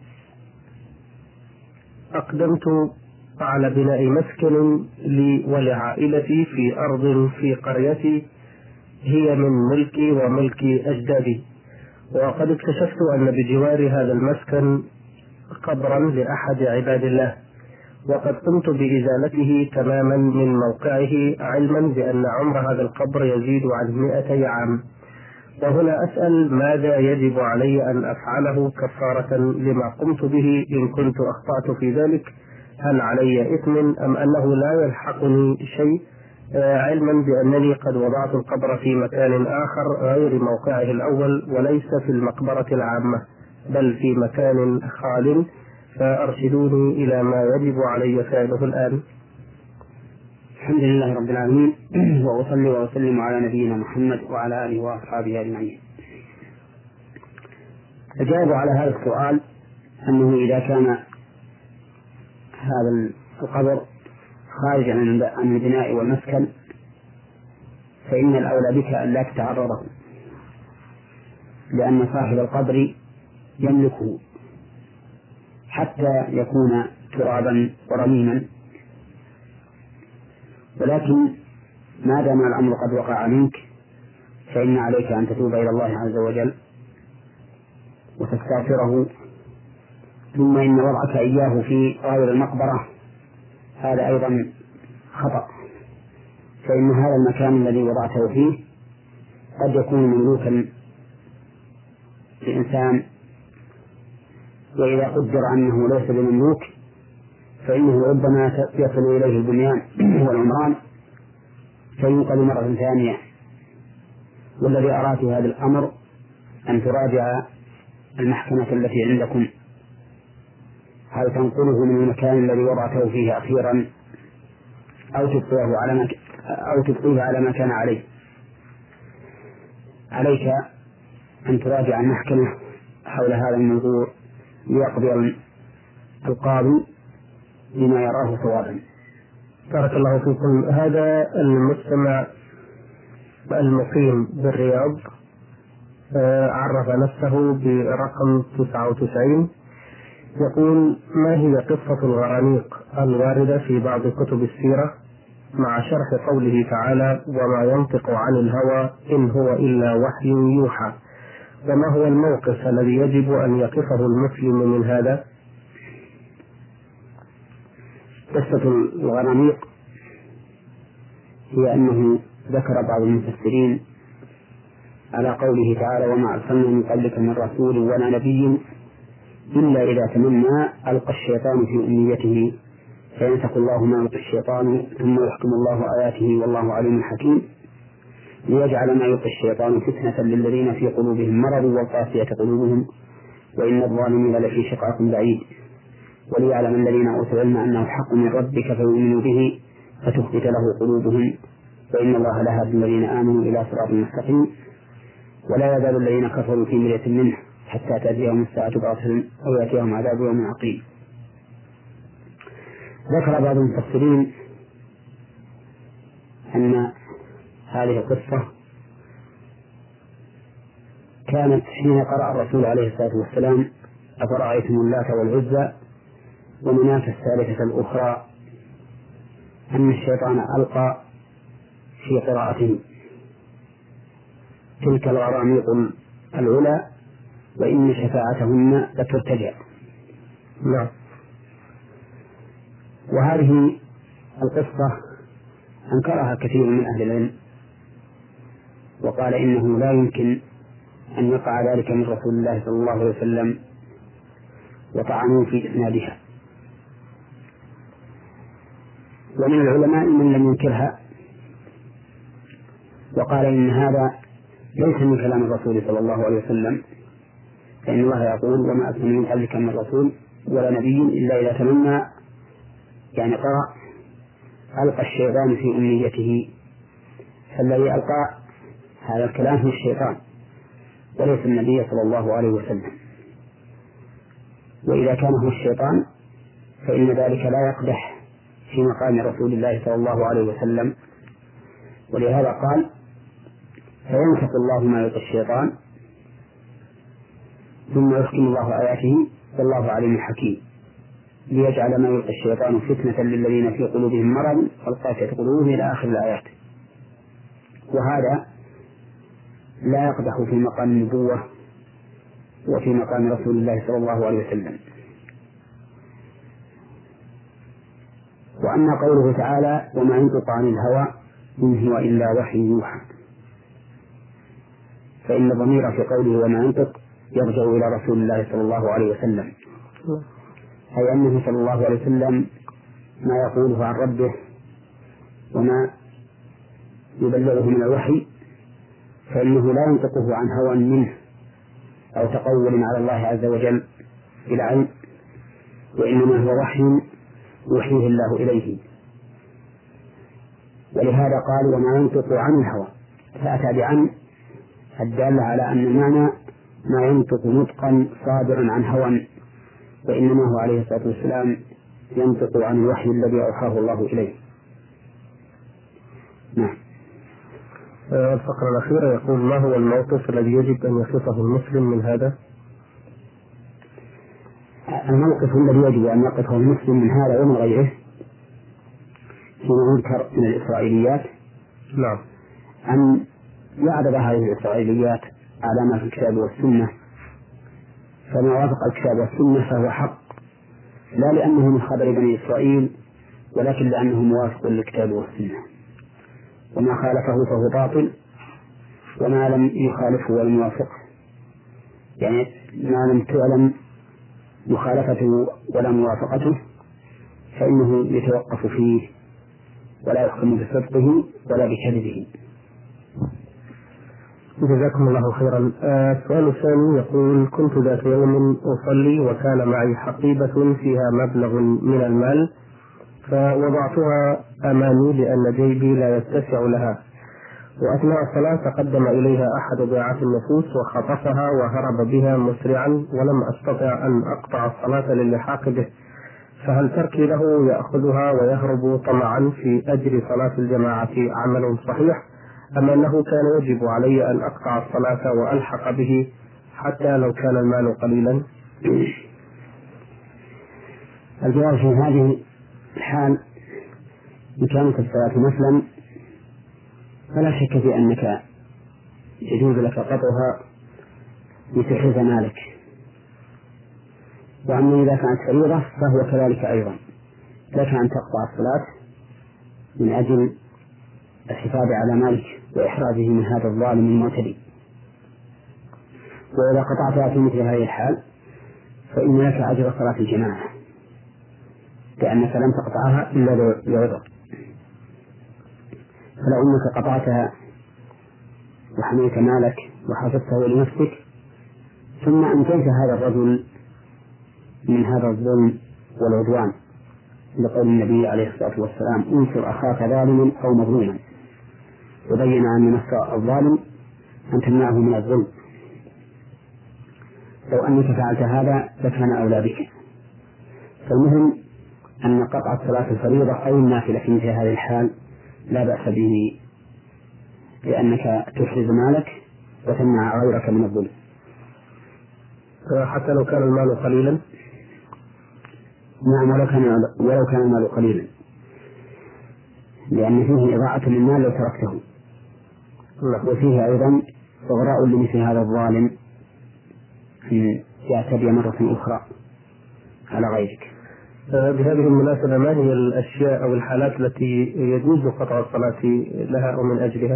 أقدمت على بناء مسكن لي ولعائلتي في أرض في قريتي هي من ملكي وملك أجدادي، وقد اكتشفت أن بجوار هذا المسكن قبرا لأحد عباد الله، وقد قمت بإزالته تماما من موقعه علما بأن عمر هذا القبر يزيد عن مئتي عام. وهنا أسأل: ماذا يجب علي أن أفعله كفارة لما قمت به إن كنت أخطأت في ذلك؟ هل علي إثم أم أنه لا يلحقني شيء، علما بأنني قد وضعت القبر في مكان آخر غير موقعه الأول وليس في المقبرة العامة بل في مكان خال، فأرشدوني إلى ما يجب علي فعله الآن. الحمد لله رب العالمين، وأصلي وأسلم على نبينا محمد وعلى آله وأصحابه أجمعين. الجواب على هذا السؤال أنه إذا كان هذا القبر خارجا عن البناء والمسكن فإن الأولى بك أن لا تتعرضه، لأن صاحب القبر يملكه حتى يكون ترابا ورميما. ولكن ما دام الأمر قد وقع منك فإن عليك أن تتوب إلى الله عز وجل وتستغفره. ثم إن وضعك إياه في غير المقبرة هذا أيضا خطأ، فإن هذا المكان الذي وضعته فيه قد يكون مملوكا لإنسان، وإذا قدر أنه ليس بمملوك فإنه ربما يصل إليه البنيان والعمران فينقل مرة ثانية. والذي أراد في هذا الأمر أن تراجع المحكمة التي عندكم هل تنقله من المكان الذي وضعته فيه أخيرا أو تبقيه على ما أو تبقيه على ما كان عليه. عليك أن تراجع المحكمة حول هذا الموضوع ليقضي القاضي بما يراه صوابا. بارك الله فيكم. هذا المستمع المقيم بالرياض عرف نفسه برقم تسعة وتسعين، يقول: ما هي قصة الغرانيق الواردة في بعض كتب السيرة مع شرح قوله تعالى: وما ينطق عن الهوى إن هو إلا وحي يوحى؟ وما هو الموقف الذي يجب أن يقفه المسلم من هذا؟ قصة الغرانيق هي أنه ذكر بعض المفسرين على قوله تعالى وما أرسلنا من قبلك من رسول ولا نبي إلا إذا تمنى ألقى الشيطان في أمنيته فينسخ الله ما يلقي الشيطان ثم يحكم الله آياته والله عليم حكيم ليجعل ما يلقي الشيطان فتنة للذين في قلوبهم مرض والقاسية قلوبهم وإن الظالمين لفي شقاق بعيد وليعلم الذين أوتوا العلم أنه حق من ربك فيؤمنوا به فتخبت له قلوبهم وإن الله لهادي الذين آمنوا إلى صراط مستقيم ولا يزال الذين كفروا في مرية منه حتى تأتيهم الساعة بغتة أو يأتيهم عذاب يوم عقيم. ذكر بعض المفسرين أن هذه القصة كانت حين قرأ الرسول عليه الصلاة والسلام أفرأيتم اللات والعزى ومناة الثالثة الأخرى أن الشيطان ألقى في قراءته تلك الغراميق العلا وإن شفاعتهن لترتجع. نعم. وهذه القصة أنكرها كثير من أهل العلم وقال إنه لا يمكن أن يقع ذلك من رسول الله صلى الله عليه وسلم وطعنوا في إسنادها. ومن العلماء من لم ينكرها وقال إن هذا ليس من كلام الرسول صلى الله عليه وسلم فإن الله يقول وما أرسلنا من قبلك من رسول ولا نبي إلا إذا تمنى يعني قرأ ألقى الشيطان في أمنيته فالذي ألقى هذا الكلام هو الشيطان وليس النبي صلى الله عليه وسلم. وإذا كان هو الشيطان فإن ذلك لا يقدح في مقام رسول الله صلى الله عليه وسلم ولهذا قال فينسخ الله ما يلقي الشيطان ثم يحكم الله آياته والله عليم حكيم ليجعل ما يلقي الشيطان فتنة للذين في قلوبهم مرض والقاسية قلوبهم إلى آخر الآيات. وهذا لا يقدح في مقام النبوة وفي مقام رسول الله صلى الله عليه وسلم. وأما قوله تعالى وما ينطق عن الهوى إن هو إلا وحي يوحى فإن الضمير في قوله وما ينطق يرجع إلى رسول الله صلى الله عليه وسلم أي أنه صلى الله عليه وسلم ما يقوله عن ربه وما يبلغه من الوحي فإنه لا ينطقه عن هوى منه أو تقول على الله عز وجل بالعلم وإنما هو وحي يوحيه الله إليه. ولهذا قال وما ينطق عن الهوى فأتى بعن الدالة على أن المعنى ما ينطق نطقا صادرا عن هوى وإنما هو عليه الصلاة والسلام ينطق عن الوحي الذي أوحاه الله إليه. نعم. الفقرة الأخيرة يقول ما هو الموقف الذي يجب أن يخصه المسلم من هذا؟ الموقف الذي يجب أن يقفه المسلم من هذا ومن غيره فيما يذكر من الإسرائيليات نعم. أن يعرض هذه الإسرائيليات على ما في الكتاب والسنة فما وافق الكتاب والسنة فهو حق لا لأنه من خبر بني إسرائيل ولكن لأنه موافق للكتاب والسنة وما خالفه فهو باطل وما لم يخالفه ولم يوافقه يعني ما لم تعلم مخالفته ولا موافقته فإنه يتوقف فيه ولا يحكم بصدقه ولا بكذبه. جزاكم الله خيرا. السؤال الثاني يقول كنت ذات يوم أصلي وكان معي حقيبة فيها مبلغ من المال فوضعتها أمامي لأن جيبي لا يتسع لها وأثناء الصلاة تقدم إليها أحد ضياعة النفوس وخطفها وهرب بها مسرعا ولم أستطع أن أقطع الصلاة للحاق به فهل تركي له يأخذها ويهرب طمعا في أجر صلاة الجماعة عمل صحيح أم أنه كان يجب علي أن أقطع الصلاة وألحق به حتى لو كان المال قليلا؟ الجواب في هذه الحال إن كانت الصلاة مثلا فلا شك في أنك يجوز لك قطعها لتحرز مالك وأما إذا كانت فريضة فهو كذلك أيضا لك أن تقطع الصلاة من أجل الحفاظ على مالك وإحراجه من هذا الظالم المعتدي. وإذا قطعتها في مثل هذه الحال فإن لك أجر صلاة الجماعة، لأنك لم تقطعها إلا بعذر. فلو أنك قطعتها وحميت مالك وحفظته لنفسك ثم أنجيت هذا الرجل من هذا الظلم والعدوان، لقول النبي عليه الصلاة والسلام: انصر أخاك ظالما أو مظلوما، وبين أن نصر الظالم أن تمنعه من الظلم. لو أنك فعلت هذا لكان أولى بك. فالمهم أن قطع الصلاة الفريضة أو النافلة في مثل هذه الحال لا بأس به، لأنك تحرز مالك وتمنع غيرك من الظلم. حتى لو كان المال قليلا. نعم، ولو كان ولو كان المال قليلا، لأن فيه إضاعة للمال لو تركته. وفيه أيضا إغراء لمثل هذا الظالم أن يعتدي مرة أخرى على غيرك. بهذه المناسبة، ما هي الأشياء أو الحالات التي يجوز قطع الصلاة لها أو من أجلها؟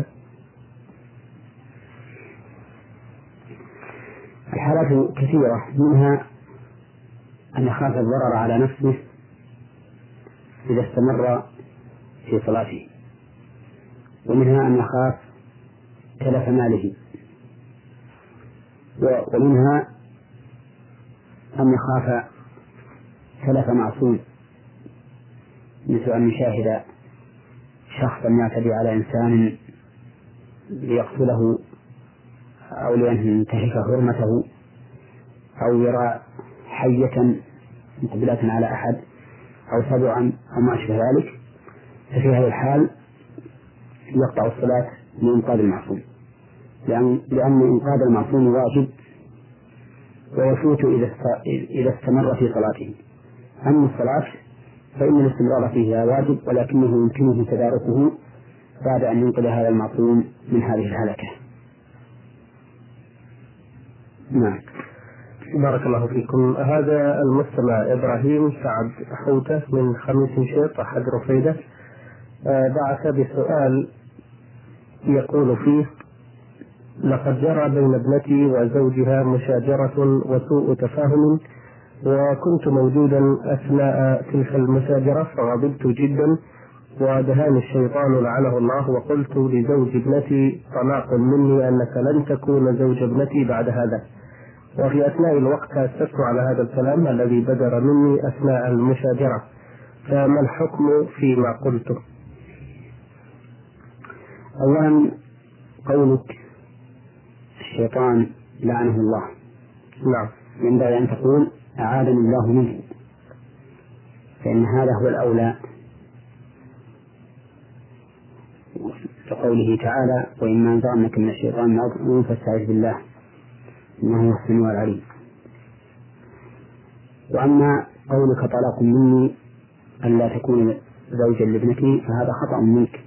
الحالات كثيرة، منها أن يخاف الضرر على نفسه إذا استمر في صلاته، ومنها أن يخاف تلف ماله، ومنها أن يخاف تلف معصوم، مثل أن يشاهد شخصا يعتدي على إنسان ليقتله أو لينتهك حرمته، أو يرى حية مقبلة على أحد أو سبعا أو ما أشبه ذلك. ففي هذه الحال يقطع الصلاة لإنقاذ المعصوم، لأن, لأن إنقاذ المعصوم واجب ويفوت إذا استمر في صلاته. أما الصلاة فإن الاستمرار فيها واجب، ولكنه يمكنه تداركه بعد أن ينقذ هذا المعصوم من هذه الهلكة. نعم. بارك الله فيكم. هذا المستمع إبراهيم سعد حوتة من خميس شيط أحد رفيدة بعث بسؤال يقول فيه: لقد جرى بين ابنتي وزوجها مشاجرة وسوء تفاهم، وكنت موجودا أثناء تلك المشاجرة فغضبت جدا ودهاني الشيطان لعنه الله، وقلت لزوج ابنتي: طلاق مني أنك لن تكون زوج ابنتي بعد هذا. وفي أثناء الوقت أسست على هذا الكلام الذي بدر مني أثناء المشاجرة، فما الحكم فيما قلته؟ أولا، قولك الشيطان لعنه الله، نعم، ينبغي أن تقول أعاذني الله منه، فإن هذا هو الأولى، كقوله تعالى: وإما أنزغنك من الشيطان نزغ فاستعذ بالله إنه هو السميع العليم. وأما قولك طلاق مني ألا تكون زوجا لابنتي فهذا خطأ منك،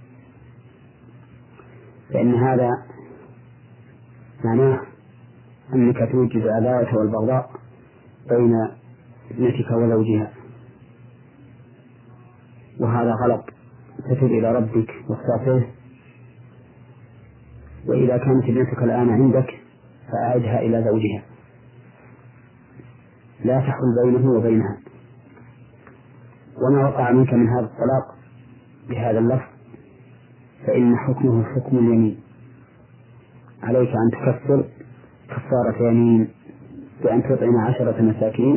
فإن هذا معناه أنك توجد العداوة والبغضاء بين ابنتك وزوجها، وهذا غلط. تتوب إلى ربك واستغفره، وإذا كانت ابنتك الآن عندك فأعدها إلى زوجها، لا تحل بينه وبينها. وما وقع منك من هذا الطلاق بهذا اللفظ فإن حكمه حكم اليمين، عليك أن تكفر كفارة يمين بأن تطعم عشرة مساكين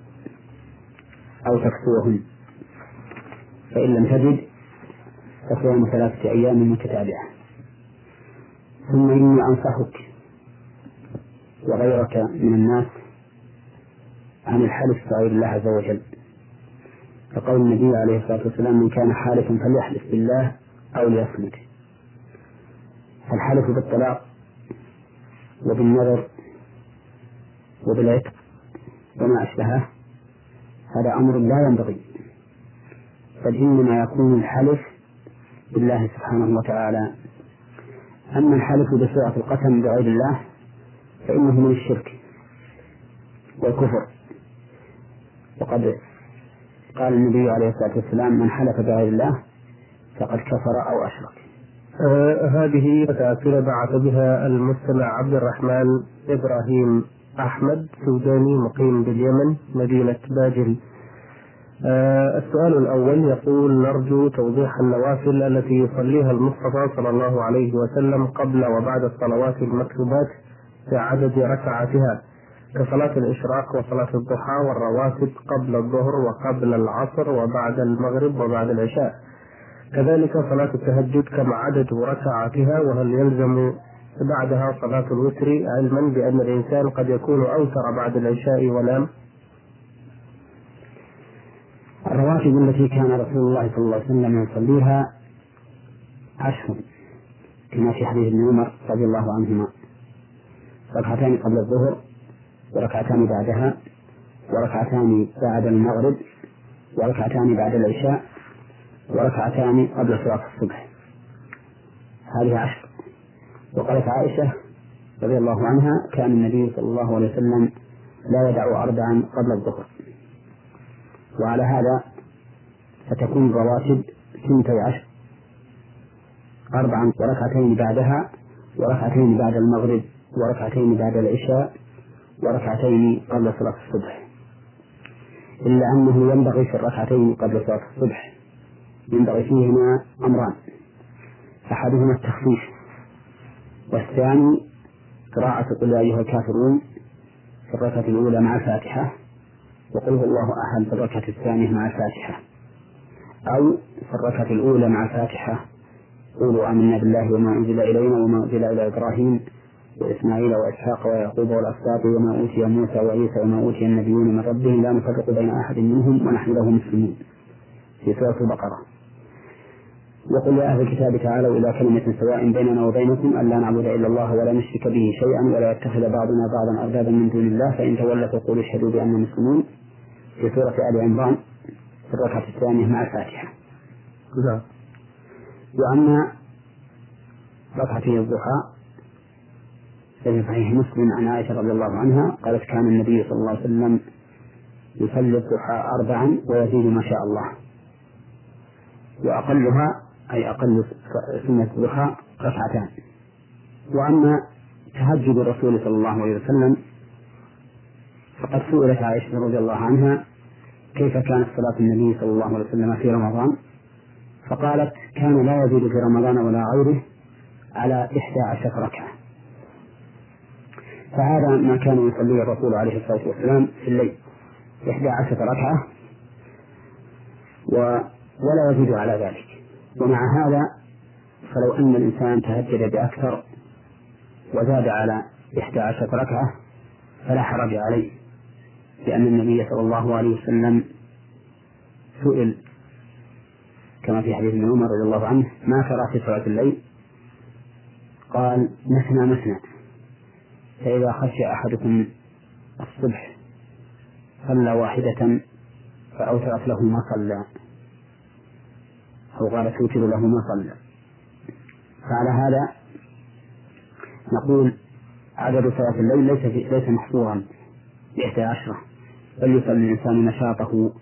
أو تكسوهن، فإن لم تجد فصيام ثلاثة أيام متتابعة. ثم إني أنصحك وغيرك من الناس عن الحلف بغير الله عز وجل، فقول النبي عليه الصلاة والسلام: من كان حالفا فليحلف بالله أو ليصمت. الحلف بالطلاق وبالنذر وبالعتق وما أشبهه هذا أمر لا ينبغي، بل إنما يكون الحلف بالله سبحانه وتعالى. أما الحلف بصيغة القسم بغير الله فإنه من الشرك والكفر، وقد قال النبي عليه الصلاة والسلام: من حلف بغير الله فقد كفر أو أشرك. آه هذه رسالة بعث بها المستمع عبد الرحمن إبراهيم أحمد سوداني مقيم باليمن مدينة باجل. آه السؤال الأول يقول: نرجو توضيح النوافل التي يصليها المصطفى صلى الله عليه وسلم قبل وبعد الصلوات المكتوبات في عدد ركعاتها، كصلاة الإشراق وصلاة الضحى والرواتب قبل الظهر وقبل العصر وبعد المغرب وبعد العشاء، كذلك صلاة التهجد كم عدد ركعاتها، وهل يلزم بعدها صلاة الوتر، علما بأن الإنسان قد يكون أوتر بعد العشاء ونام. الرواتب التي كان رسول الله صلى الله عليه وسلم يصليها عشر، كما في حديث ابن عمر رضي الله عنهما: ركعتان قبل الظهر، وركعتان بعدها، وركعتان بعد المغرب، وركعتان بعد العشاء، وركعتان قبل صلاة الصبح. هذه عشر. وقالت عائشة رضي الله عنها: كان النبي صلى الله عليه وسلم لا يدع أربعا قبل الظهر. وعلى هذا فتكون الرواتب ثنتي عشر: أربعا وركعتين بعدها، وركعتين بعد المغرب، وركعتين بعد العشاء، وركعتين قبل صلاة الصبح. إلا أنه ينبغي في الركعتين قبل صلاة الصبح ينبغي فيهما أمران: أحدهما التخفيف، والثاني قراءة قل يا أيها الكافرون في الركعة الأولى مع الفاتحة، وقل هو الله أحد في الركعة الثانية مع الفاتحة، أو في الركعة الأولى مع الفاتحة قولوا آمنا بالله وما أنزل إلينا وما أنزل إلى إبراهيم وإسماعيل وإسحاق ويعقوب والأسباط وما أوتي موسى وعيسى وما أوتي النبيون من ربهم لا نفرق بين أحد منهم ونحن له مسلمون في سورة البقرة. وقل يا أهل الكتاب تعالوا إلى كلمة سواء بيننا وبينكم ألا نعبد إلا الله ولا نشرك به شيئا ولا يتخذ بعضنا بعضا أربابا من دون الله فإن تولوا فقولوا اشهدوا بأننا مسلمون في سورة آل عمران في الركعة الثانية مع الفاتحة. وأما ركعتي الضحى في صحيح مسلم عن عائشة رضي الله عنها قالت: كان النبي صلى الله عليه وسلم يصلي الضحى أربعا ويزيد ما شاء الله، وأقلها أي أقل سنة الضحى ركعتان. وأما تهجد الرسول صلى الله عليه وسلم فقد سئلت عائشة رضي الله عنها كيف كانت صلاة النبي صلى الله عليه وسلم في رمضان، فقالت: كان لا يزيد في رمضان ولا غيره على إحدى عشر ركعة. فهذا ما كان يصليه الرسول عليه الصلاة والسلام في الليل، إحدى عشر ركعة ولا يزيد على ذلك. ومع هذا فلو أن الإنسان تهجد بأكثر وزاد على إحدى عشر ركعة فلا حرج عليه، لأن النبي صلى الله عليه وسلم سئل كما في حديث ابن عمر رضي الله عنه: ما ترى في صلاة الليل؟ قال: مثنى مثنى، فإذا خشي أحدكم الصبح صلى واحدة فأوترت له ما صلى، أو قال توتر له ما صلى. فعلى هذا نقول عدد صلاة الليل ليس ليس محصورا بإحدى عشرة، بل يصلي الإنسان نشاطه.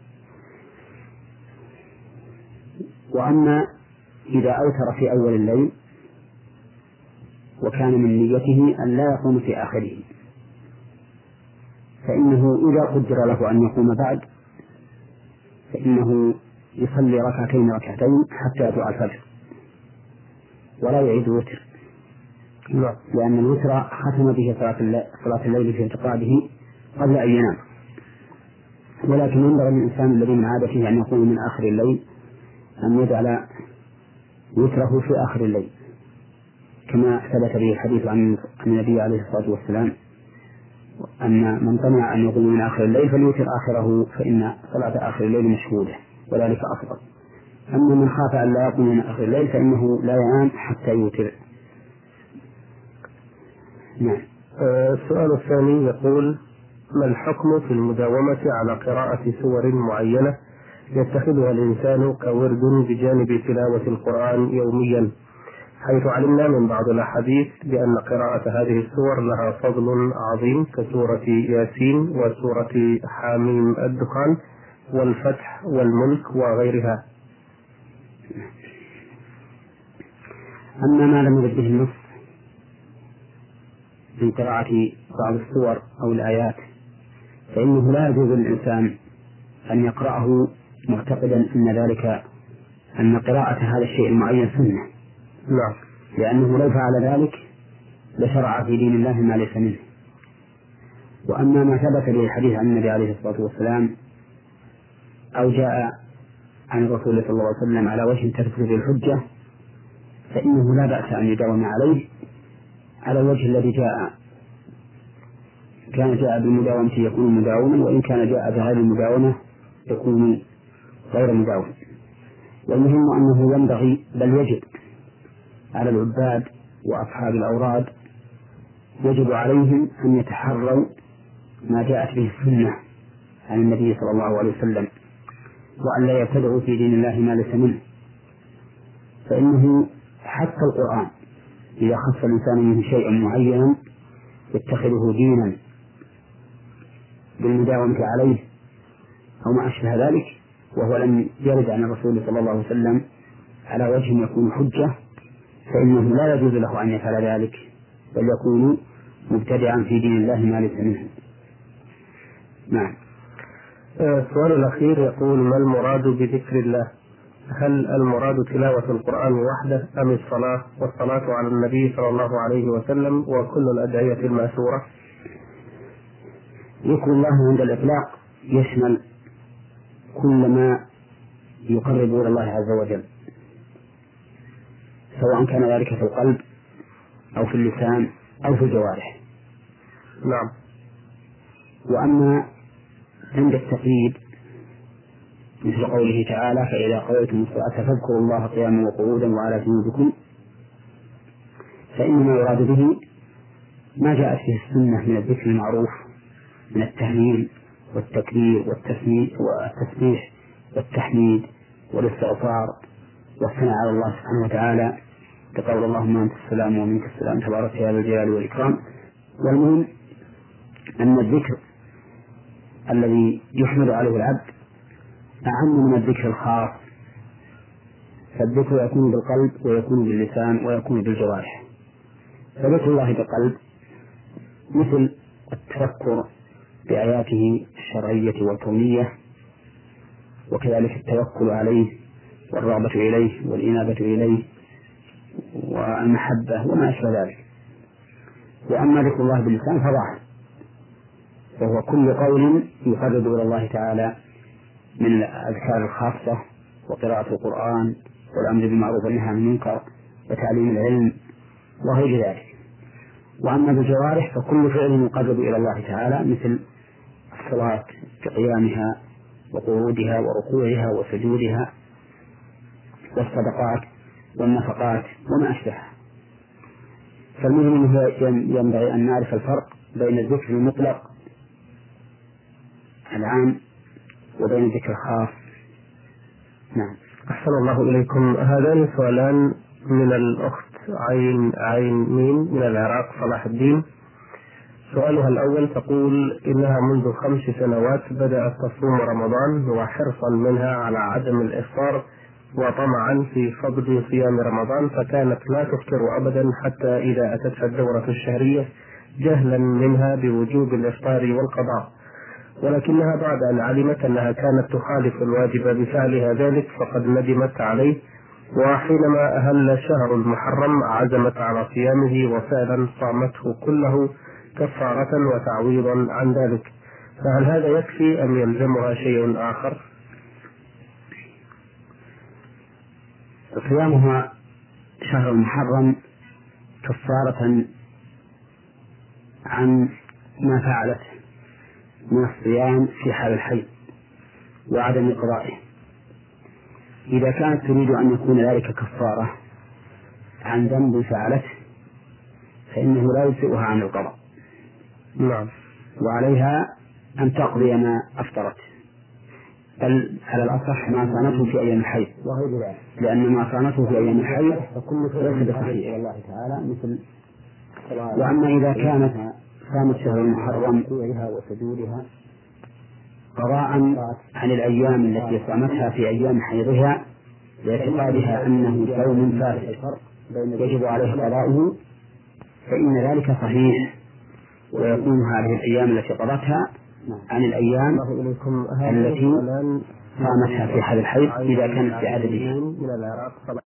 وأما إذا أوتر في أول الليل وكان من نيته أن لا يقوم في آخره، فإنه إذا قدر له أن يقوم بعد فإنه يصلي ركعتين ركعتين حتى يطلع الفجر ولا يعيد الوتر، لأن الوتر ختم به صلاة الليل في اعتقاده قبل أن ينام. ولكن ينبغي للإنسان الذي من عادته أن يقوم من آخر الليل أن يجعل وتره في آخر الليل، كما ثبت به الحديث عن النبي عليه الصلاة والسلام أن من طمع أن يقوم من آخر الليل فليوتر آخره فإن صلاة آخر الليل مشهودة وذلك أفضل. أما من خاف أن لا يقوم من آخر الليل فإنه لا ينام حتى يوتر. نعم. السؤال الثاني يقول: ما الحكم في المداومة على قراءة سور معينة يتخذها الإنسان كورد بجانب تلاوة القرآن يوميا، حيث علمنا من بعض الأحاديث بأن قراءة هذه السور لها فضل عظيم كسورة ياسين وسورة حاميم الدخان والفتح والملك وغيرها؟ أما ما لم يرد به النص من قراءة بعض السور أو الآيات فإنه لا يجوز للإنسان أن يقرأه معتقدا أن ذلك أن قراءة هذا الشيء المعين سنة. نعم. لأنه لو فعل ذلك لشرع في دين الله ما ليس منه. وأما ما ثبت به الحديث عن النبي عليه الصلاة والسلام أو جاء عن الرسول صلى الله عليه وسلم على وجه تثبت به الحجة فإنه لا بأس أن يداوم عليه على الوجه الذي جاء. كان جاء بالمداومة يكون مداوما، وإن كان جاء بهذه المداومة يكون غير مداوم. والمهم أنه ينبغي بل يجب على العباد وأصحاب الأوراد يجب عليهم أن يتحروا ما جاءت به السنة عن النبي صلى الله عليه وسلم، وأن لا يبتدعوا في دين الله ما ليس منه. فإنه حتى القرآن إذا خص الإنسان منه شيئا معينا يتخذه دينا بالمداومة عليه أو ما أشبه ذلك، وهو لم يرد عن الرسول صلى الله عليه وسلم على وجه يكون حجة، فإنه لا يجوز له أن يفعل ذلك، بل يكون مبتدعا في دين الله ما ليس منه. نعم. السؤال الأخير يقول: ما المراد بذكر الله؟ هل المراد تلاوة القرآن وحده أم الصلاة والصلاة على النبي صلى الله عليه وسلم وكل الأدعية المأثورة؟ ذكر الله عند الإطلاق يشمل كل ما يقرب إلى الله عز وجل، سواء كان ذلك في القلب أو في اللسان أو في الجوارح. نعم. وأما عند التقييد مثل قوله تعالى: فإذا قضيتم الصلاة فاذكروا الله قياما وقعودا وعلى جنوبكم، فإنما يراد به ما جاءت فيه السنة من الذكر المعروف من التهليل والتكبير والتسبيح والتحميد والاستغفار والثناء على الله سبحانه وتعالى كقول اللهم أنت السلام ومنك السلام تبارك يا ذا الجلال والإكرام. والمهم أن الذكر الذي يحمد عليه العبد أعم من الذكر الخاص، فالذكر يكون بالقلب ويكون باللسان ويكون بالجوارح. فذكر الله بالقلب مثل التفكر بآياته الشرعية والكونية، وكذلك التوكل عليه والرغبة إليه والإنابة إليه والمحبة وما أشبه ذلك. وأما ذكر الله باللسان فظاهر، وهو كل قول يقرب إلى الله تعالى من الأذكار الخاصة وقراءة القرآن والأمر بالمعروف والنهي عن المنكر وتعليم العلم وغير ذلك. وأما بالجوارح فكل فعل يقرب إلى الله تعالى مثل الصلاة بقيامها وقعودها وركوعها وسجودها والصدقات والنفقات وما أشبهها. فالمهم أنه ينبغي أن نعرف الفرق بين الذكر المطلق العام وبين الذكر الخاص. نعم. أحسن الله إليكم. هذان سؤالان من الأخت عين عين مين من العراق صلاح الدين. سؤالها الأول تقول إنها منذ خمس سنوات بدأت تصوم رمضان وحرصا منها على عدم الإفطار وطمعا في فضل صيام رمضان، فكانت لا تفطر أبدا حتى إذا أتتها الدورة الشهرية جهلا منها بوجوب الإفطار والقضاء، ولكنها بعد أن علمت أنها كانت تخالف الواجب بفعلها ذلك فقد ندمت عليه، وحينما أهل شهر المحرم عزمت على صيامه وفعلا صامته كله كفارة وتعويضا عن ذلك، فهل هذا يكفي أم يلزمها شيء آخر؟ صيامها شهر المحرم كفارة عن ما فعلت من الصيام في حال الحي وعدم قضائه. إذا كانت تريد أن يكون ذلك كفارة عن ذنب فعلته فإنه لا يجزئها عن القضاء. نعم. وعليها أن تقضي ما أفطرت، بل على الأصح ما صانته في أيام الحيض، لأن ما صانته في أيام الحيض ليس بصحيح. مثل وأما إذا كانت صامت شهر المحرم قضاء عن الأيام التي صامتها في أيام حيضها لاعتقادها أنه صوم فاسد يجب عليه قضاؤه فإن ذلك صحيح، ويكون هذه الأيام التي قضتها عن الأيام التي قامتها في حال الحيض إذا كانت بعدده.